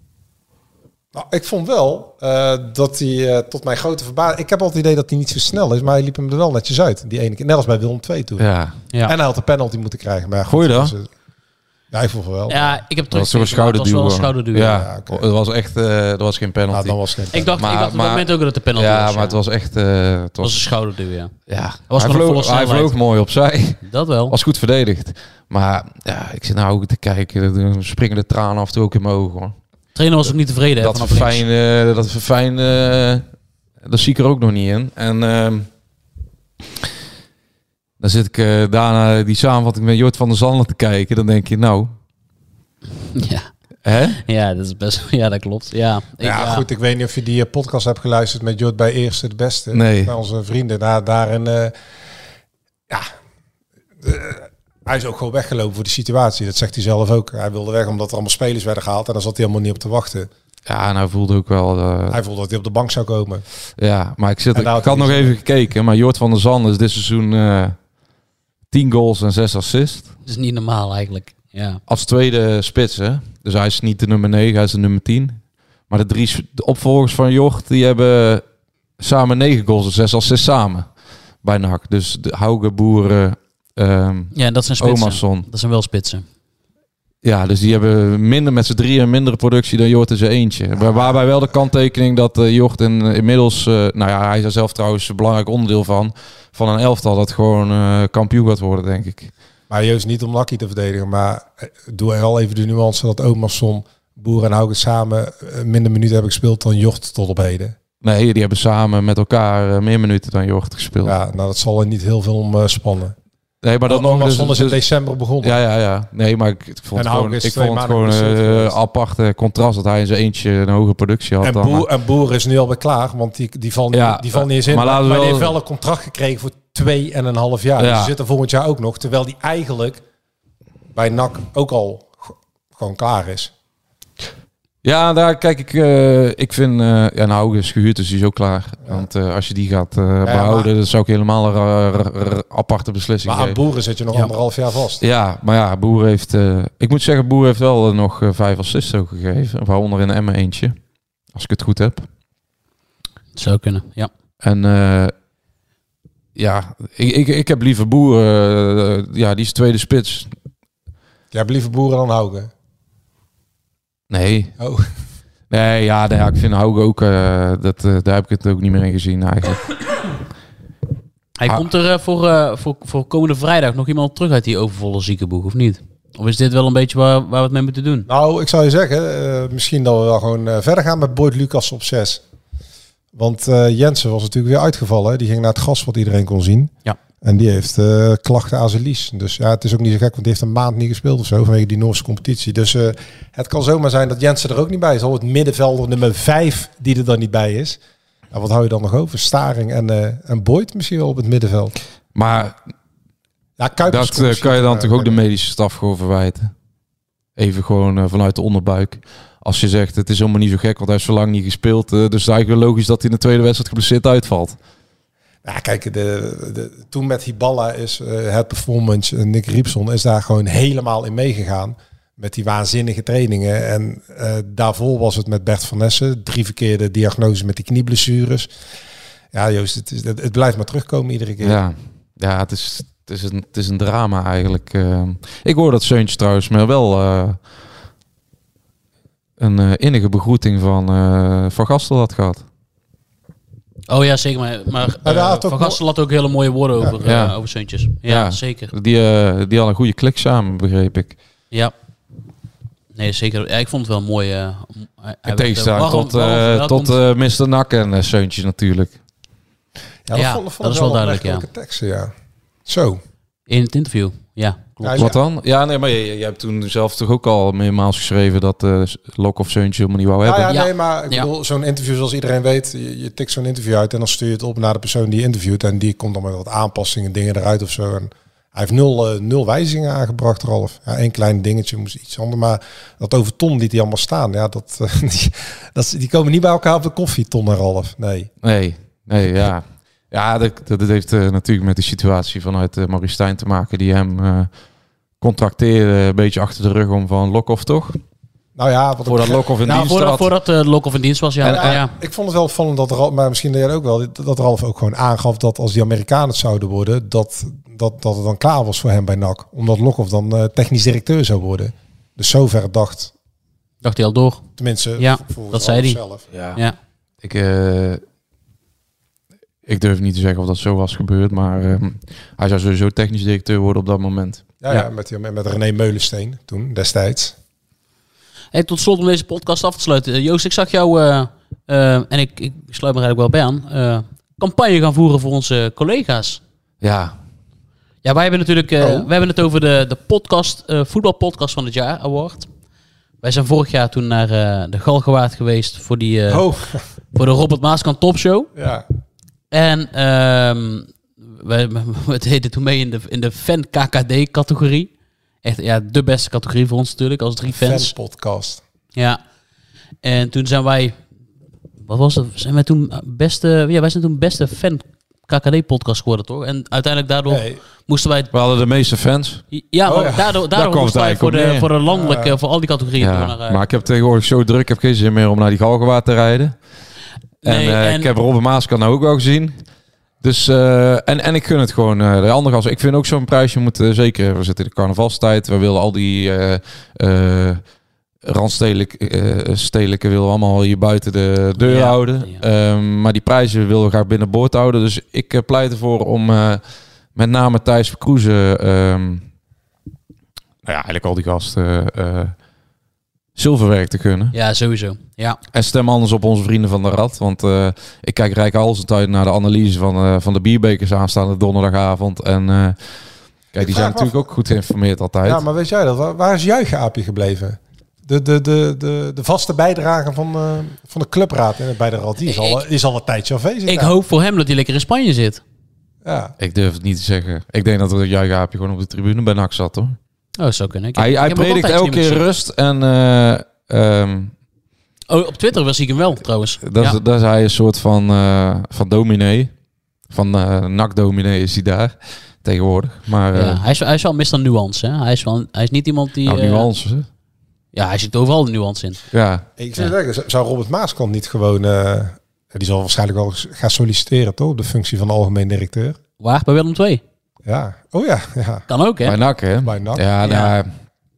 Nou, ik vond wel uh, dat hij uh, tot mijn grote verbazing... Ik heb altijd het idee dat hij niet zo snel is, maar hij liep hem er wel netjes uit. Die ene keer, net als bij Willem twee toen. Ja. Ja. En hij had een penalty moeten krijgen. Maar gooi je dat? Ja, ik vond het wel. Ja, ik heb terug. Dat was een schouderduw. een schouderduw. Ja, Ja, ja okay. Het was echt, uh, dat was geen penalty. Nou, dan was geen ik dacht, maar, ik dacht op dat moment ook dat het een penalty ja, was. Ja, maar het was echt. Uh, het was, was een schouderduw, ja. Ja, was hij, vloog, hij vloog mooi opzij. Dat wel. Was goed verdedigd. Maar ja, ik zit nou ook te kijken. Dan springen de tranen af en toe ook in mijn ogen, hoor. De trainer was ook niet tevreden. Dat verfijnen, dat verfijnen, dat zie ik er ook nog niet in. En uh, dan zit ik uh, daarna die samenvatting met Jort van der Zanden te kijken. Dan denk je, nou. Ja. Hè? Ja, dat is best... Ja, dat klopt. Ja, ik, Ja, ja, goed, ik weet niet of je die uh, podcast hebt geluisterd met Jord bij Eerste de Beste. Nee. Bij onze vrienden. Daar, daarin, uh, ja, uh, hij is ook gewoon weggelopen voor de situatie. Dat zegt hij zelf ook. Hij wilde weg omdat er allemaal spelers werden gehaald en daar zat hij helemaal niet op te wachten. Ja, en hij voelde ook wel... Uh... Hij voelde dat hij op de bank zou komen. Ja, maar ik, zit, ik nou, had nog even gekeken, maar Jort van der Zanden is dit seizoen uh, tien goals en zes assists. dat is niet normaal eigenlijk. Ja. Als tweede spits, hè. Dus hij is niet de nummer negen, hij is de nummer tien. Maar de drie de opvolgers van Jort, die hebben samen negen goals en zes assists samen bij N A C. Dus de Hauge, Boeren, um, ja, dat zijn spitsen. Omarsson. Dat zijn wel spitsen. Ja, dus die hebben minder met z'n drieën een mindere productie dan Jort in zijn eentje. Ah. Waarbij wel de kanttekening dat uh, Jort in, inmiddels... Uh, nou ja, hij is er zelf trouwens een belangrijk onderdeel van. Van een elftal dat gewoon uh, kampioen gaat worden, denk ik. Maar juist niet om Lucky te verdedigen. Maar doe er al even de nuance dat Omarsson, Boer en Hauge samen minder minuten hebben gespeeld dan Jort tot op heden. Nee, die hebben samen met elkaar uh, meer minuten dan Jort gespeeld. Ja, nou dat zal er niet heel veel om uh, spannen. Nee, maar dat nog dus, dus, dus in december begonnen. Ja, ja, ja. Nee, maar ik, ik vond en het gewoon, ik vond het gewoon een uh, aparte contrast dat hij in zijn eentje een hoge productie had. En, dan, Boer, en Boer is nu alweer klaar, want die, die valt niet, ja, die valt niet eens in. Maar, maar, maar wel... die heeft wel een contract gekregen voor twee en een half jaar. Ja. Dus die zit er volgend jaar ook nog, terwijl die eigenlijk bij N A C ook al g- gewoon klaar is. Ja, daar kijk ik. Uh, ik vind uh, ja, nou is gehuurd, dus die is ook klaar. Ja. Want uh, als je die gaat uh, ja, behouden, maar, dat zou ik helemaal een r- r- r- aparte beslissing maar geven. Maar aan Boeren zit je nog ja. anderhalf jaar vast. Ja, maar ja, Boer heeft. Uh, ik moet zeggen, Boer heeft wel uh, nog uh, vijf assists ook gegeven, waaronder in Emmen eentje, als ik het goed heb. Dat zou kunnen, ja. En uh, ja, ik, ik, ik heb liever Boer. Uh, ja, die is tweede spits. Jij hebt liever Boeren dan Hauge? Nee. Oh. Nee, ja, nee, ja, ik vind Hauge ook... Uh, dat, uh, daar heb ik het ook niet meer in gezien eigenlijk. Hij ah. komt er uh, voor, uh, voor, voor komende vrijdag nog iemand terug uit die overvolle ziekenboeg, of niet? Of is dit wel een beetje waar, waar we het mee moeten doen? Nou, ik zou je zeggen, uh, misschien dat we wel gewoon uh, verder gaan met Boyd Lucas op zes. Want uh, Jensen was natuurlijk weer uitgevallen. Hè? Die ging naar het gas wat iedereen kon zien. Ja. En die heeft uh, klachten aan zijn lies. Dus ja, het is ook niet zo gek, want die heeft een maand niet gespeeld of zo vanwege die Noorse competitie. Dus uh, het kan zomaar zijn dat Jensen er ook niet bij is. Al het middenvelder nummer vijf die er dan niet bij is. Nou, wat hou je dan nog over? Staring en, uh, en Boyd misschien wel op het middenveld. Maar ja, dat uh, kan je dan uh, toch ook de medische staf gewoon verwijten? Even gewoon uh, vanuit de onderbuik. Als je zegt, het is helemaal niet zo gek, want hij heeft zo lang niet gespeeld. Uh, dus het is eigenlijk logisch dat hij in de tweede wedstrijd geblesseerd uitvalt. Ja, kijk, de, de, toen met Hiballa is uh, het performance, uh, Nick Riepson is daar gewoon helemaal in meegegaan. Met die waanzinnige trainingen. En uh, daarvoor was het met Bert van Nessen. Drie verkeerde diagnoses met die knieblessures. Ja, Joost, het, is, het, het blijft maar terugkomen iedere keer. Ja, ja het, is, het, is een, het is een drama eigenlijk. Uh, ik hoor dat Seuntje trouwens, maar wel uh, een uh, innige begroeting van uh, Van Gastel had gehad. Oh ja, zeker. Maar, maar uh, ja, Van Gastel had ook hele mooie woorden over, ja. uh, over Seuntjes. Ja, ja, zeker. Die, uh, die had een goede klik samen, begreep ik. Ja. Nee, zeker. Ja, ik vond het wel mooi. Uh, In tegenstelling tot, uh, tot uh, mister Nak en uh, Seuntjes natuurlijk. Ja, dat, ja, vond, vond dat is wel duidelijk, ja. Teksten, ja. Zo. In het interview, ja. Klopt. Ja, wat dan? Ja, nee, maar je, je hebt toen zelf toch ook al meermaals geschreven dat uh, Lok of Seuntje helemaal niet wou hebben. Ja, ja, ja. nee, maar ik ja. bedoel, zo'n interview zoals iedereen weet, je, je tikt zo'n interview uit en dan stuur je het op naar de persoon die je interviewt en die komt dan met wat aanpassingen, dingen eruit of zo. En hij heeft nul, uh, nul wijzigingen aangebracht, Ralf. Ja, één klein dingetje moest iets anders, maar dat over ton liet hij allemaal staan. Ja, dat, uh, die, dat, die komen niet bij elkaar op de koffieton, Ralf. Nee. Nee, nee, ja. Ja, dat, dat heeft uh, natuurlijk met de situatie vanuit uh, Maurice Stijn te maken, die hem uh, contracteerde een beetje achter de rug om van Lokhoff, toch? Nou ja, wat voordat Lokhoff in nou, dienst voordat, had. Voordat uh, Lokhoff in dienst was, ja. En, ja, ja. Ik vond het wel opvallend dat Ralf, maar misschien deed jij ook wel, dat Ralf ook gewoon aangaf dat als die Amerikanen het zouden worden, dat, dat, dat het dan klaar was voor hem bij N A C. Omdat Lokhoff dan uh, technisch directeur zou worden. Dus zover dacht... Dacht hij al door. Tenminste, ja, dat zei hij. Zelf. Ja. ja. Ik... Uh, Ik durf niet te zeggen of dat zo was gebeurd, maar um, hij zou sowieso technisch directeur worden op dat moment. Ja, ja. ja met, met René Meulensteen toen, destijds. Hey, tot slot om deze podcast af te sluiten. Joost, ik zag jou, uh, uh, en ik, ik sluit me eigenlijk wel bij aan, uh, campagne gaan voeren voor onze collega's. Ja. Ja, wij hebben natuurlijk, uh, oh. we hebben het over de, de podcast, uh, voetbalpodcast van het jaar award. Wij wij zijn vorig jaar toen naar uh, de Galgenwaard geweest voor, die, uh, oh. voor de Robert Maaskant Topshow. Ja. En um, wij, we deden toen mee in de, in de fan-K K D-categorie. Echt ja, de beste categorie voor ons natuurlijk, als drie fans. Fan-podcast. Ja. En toen zijn wij... Wat was het? Zijn wij toen beste... Ja, wij zijn toen beste fan-K K D-podcast geworden, toch? En uiteindelijk daardoor nee. moesten wij... We hadden de meeste fans. Ja, maar oh, ja. daardoor, daardoor Daar moesten wij voor de, voor de landelijke... Ja. Voor al die categorieën. Ja, naar, uh, maar ik heb tegenwoordig zo druk, ik heb geen zin meer om naar die Galgenwaard te rijden. En, nee, uh, en ik heb Robben Maaskant nou ook wel gezien. Dus, uh, en, en ik gun het gewoon uh, de andere gasten. Ik vind ook zo'n prijsje moet uh, zeker... We zitten in de carnavalstijd. We willen al die uh, uh, randstedelijke uh, stedelijke willen we allemaal hier buiten de deur ja, houden. Ja. Um, maar die prijzen willen we graag binnenboord houden. Dus ik uh, pleit ervoor om uh, met name Thijs Verkroezen... Um, nou ja, eigenlijk al die gasten... Uh, zilverwerk te kunnen. Ja, sowieso. Ja. En stem anders op onze vrienden van de Rad. Want uh, ik kijk rijkhalsend uit naar de analyse van, uh, van de bierbekers aanstaande donderdagavond. En uh, kijk, die zijn natuurlijk ook goed geïnformeerd altijd. Ja, maar weet jij dat? Waar is Juichaapje gebleven? De, de, de, de, de vaste bijdrage van, uh, van de clubraad en bij de Rad. Die is, al, ik, is al een tijdje afwezig. Ik daar. hoop voor hem dat hij lekker in Spanje zit. Ja. Ik durf het niet te zeggen. Ik denk dat er Juichaapje gewoon op de tribune bij N A C zat, hoor. Oh, zo kunnen. Ik hij ik hij predikt elke keer rust en... Uh, um, oh, op Twitter was ik hem wel, trouwens. Dat, ja. is, dat is hij een soort van, uh, van dominee. Van uh, N A C-dominee is hij daar tegenwoordig. Maar, uh, ja, hij, is, hij is wel mister Nuance. Hè? Hij, is wel, hij is niet iemand die... Nou, uh, nuance, hè? Ja, hij zit overal de nuance in. Ja. Ik zou ja. zeggen, zou Robert Maaskant niet gewoon... Uh, die zal waarschijnlijk wel gaan solliciteren, toch? De functie van de algemeen directeur. Waar? Bij Willem twee? Ja. Oh ja. ja. Kan ook, hè? Bij N A C, hè? Bij N A C. Ja, ja. Nou,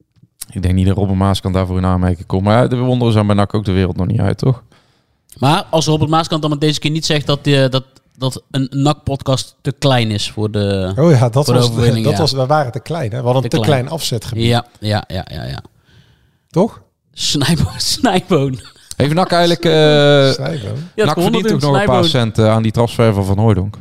ik denk niet dat Robert Maaskant daarvoor in aanmerking komt. Maar de wonderen zijn bij N A C ook de wereld nog niet uit, toch? Maar als Robert Maaskant dan deze keer niet zegt dat, die, dat, dat een N A C-podcast te klein is voor de Oh ja, dat, was, de de, dat ja. was... We waren te klein, hè? We hadden een te, te klein. klein afzetgebied. Ja, ja, ja, ja, ja. Toch? Snijboon. Snijboon. Heeft N A C eigenlijk... Uh, Snijboon? Ja, N A C verdient ook nog Snijboon. Een paar cent uh, aan die transfer van Van Hooijdonk.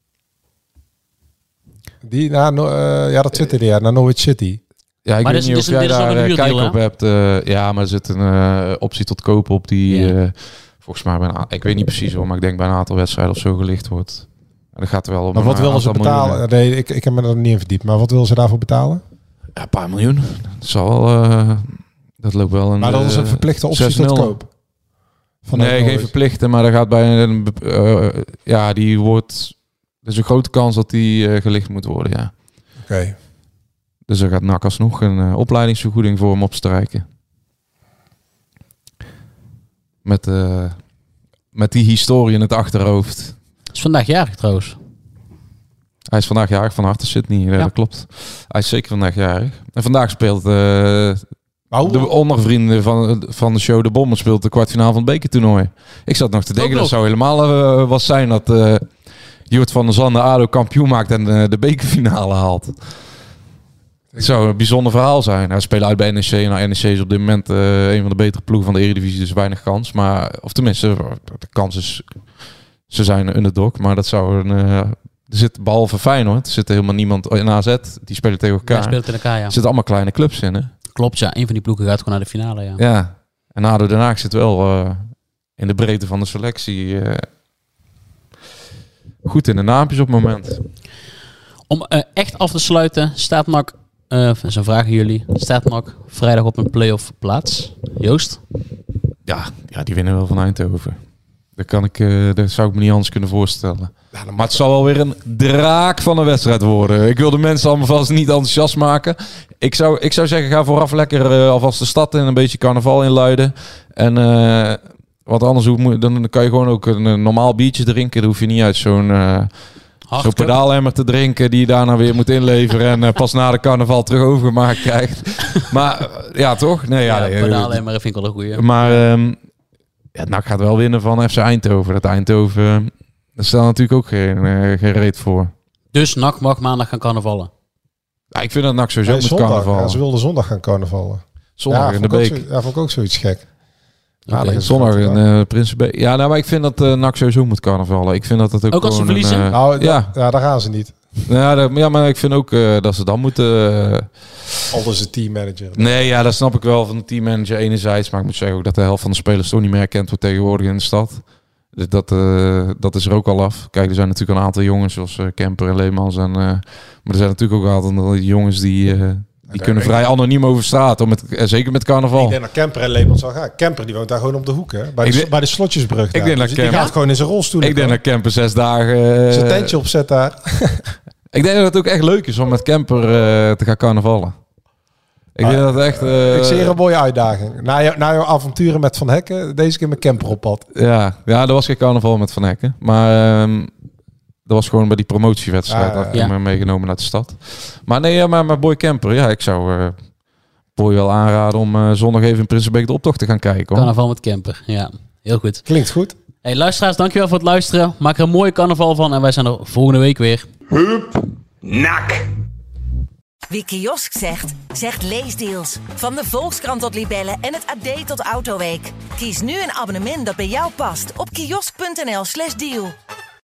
Die, nou, no, uh, ja, dat twitterde ja, naar Norwich City. Ja, ik maar weet niet of jij daar uh, kijk op hebt. Uh, ja, maar er zit een uh, optie tot kopen op die... Ja. Uh, volgens mij, bij een, ik weet niet precies hoor, maar ik denk bij een aantal wedstrijden of zo gelicht wordt. En dat gaat wel om. Maar wat willen ze betalen? Miljoen. Nee, ik, ik heb me er niet in verdiept. Maar wat willen ze daarvoor betalen? Ja, een paar miljoen. Dat zal wel... Uh, dat loopt wel een... Maar dat is een verplichte optie tot koop. Van nee, geen verplichte, maar er gaat bij een... Uh, ja, die wordt... Er is een grote kans dat die uh, gelicht moet worden, ja. Oké. Okay. Dus er gaat N A C alsnog een uh, opleidingsvergoeding voor hem opstrijken. Met, uh, met die historie in het achterhoofd. Hij is vandaag jarig trouwens. Hij is vandaag jarig, van harte Sydney, ja. Dat klopt. Hij is zeker vandaag jarig. En vandaag speelt uh, oh. de ondervrienden van, van de show De Bommen speelt de kwartfinale van het bekertoernooi. Ik zat nog te denken, dat zou helemaal uh, wat zijn dat uh, Jort van der Zanden A D O kampioen maakt en uh, de bekerfinale haalt. Het zou een bijzonder verhaal zijn. Hij speelt uit bij N E C. Nou, N E C is op dit moment uh, een van de betere ploegen van de Eredivisie, dus weinig kans. Maar, of tenminste, de kans is... Ze zijn een underdog, maar dat zou een... Uh, er zit, behalve Feyenoord, er zit helemaal niemand... In A Z, die spelen tegen elkaar. Ja, speelt in elkaar, ja. Er zitten allemaal kleine clubs in, hè? Klopt, ja. Een van die ploegen gaat gewoon naar de finale, ja. Ja. En A D O Den Haag zit wel uh, in de breedte van de selectie... Uh, goed in de naampjes op het moment. Om uh, echt af te sluiten, staat N A C... Uh, zo vragen jullie. Staat N A C vrijdag op een play-off plaats? Joost? Ja, ja, die winnen wel van Eindhoven. Dat, kan ik, uh, dat zou ik me niet anders kunnen voorstellen. Ja, maar het zal wel weer een draak van een wedstrijd worden. Ik wil de mensen allemaal vast niet enthousiast maken. Ik zou, ik zou zeggen, ga vooraf lekker uh, alvast de stad in. Een beetje carnaval inluiden. En uh, wat anders hoeft, dan kan je gewoon ook een, een normaal biertje drinken. Dan hoef je niet uit zo'n... Uh, Zo'n pedaalemmer te drinken die je daarna weer moet inleveren en uh, pas na de carnaval terug overgemaakt krijgt. Maar uh, ja, toch? Nee, ja, ja pedaalemmer vind ik wel een goeie. Maar um, ja, N A C gaat wel winnen van F C Eindhoven. Dat Eindhoven, uh, daar staat natuurlijk ook geen, uh, geen reet voor. Dus N A C mag maandag gaan carnavallen? Ja, ik vind dat N A C sowieso nee, moet zondag, carnavallen. Ja, ze wilden zondag gaan carnavallen. Zondag ja, in de beek. Zo, ja, vond ik ook zoiets gek. Ja, okay. Zondag in uh, Prinsenbeek. Ja, nou, maar ik vind dat uh, N A C sowieso moet carnavallen. Ik vind dat het ook, ook als ze verliezen? Een, uh, nou, ja. Da- ja, daar gaan ze niet. Ja, dat, ja, maar ik vind ook uh, dat ze dan moeten... Uh, Al dus de teammanager. Nee, ja, dat snap ik wel van de teammanager enerzijds. Maar ik moet zeggen ook dat de helft van de spelers toch niet meer herkend wordt tegenwoordig in de stad. Dus dat, uh, dat is er ook al af. Kijk, er zijn natuurlijk een aantal jongens zoals uh, Kemper en Leemans. En, uh, maar er zijn natuurlijk ook een aantal jongens die... Uh, Die kunnen vrij anoniem over straat, met, zeker met carnaval. Ik denk dat Kemper en Leemans zal gaan. Kemper die woont daar gewoon op de hoek, hè? Bij de, denk, bij de Slotjesbrug. Ik daar. denk dat dus Kemper, die gaat gewoon in zijn rolstoel. Ik denk dat Kemper zes dagen... Uh, zijn tentje opzet daar. Ik denk dat het ook echt leuk is om met Kemper uh, te gaan carnavallen. Ik ah, denk dat het echt... Uh, ik zie hier een mooie uitdaging. Na, jou, na jouw avonturen met Van Hekken, deze keer met Kemper op pad. Ja, ja, dat was geen carnaval met Van Hekken. Maar... Um, Dat was gewoon bij die promotiewedstrijd. Ah, had ik ja. hem meegenomen naar de stad. Maar nee, maar, maar Boy Kemper, ja, ik zou uh, Boy wel aanraden om uh, zondag even in Prinsenbeek de optocht te gaan kijken. Hoor. Carnaval met Kemper, ja. Heel goed. Klinkt goed. Hey, luisteraars, dankjewel voor het luisteren. Maak er een mooie carnaval van en wij zijn er volgende week weer. Hup, nak. Wie kiosk zegt, zegt leesdeals. Van de Volkskrant tot Libellen en het A D tot Autoweek. Kies nu een abonnement dat bij jou past op kiosk punt n l slash deal.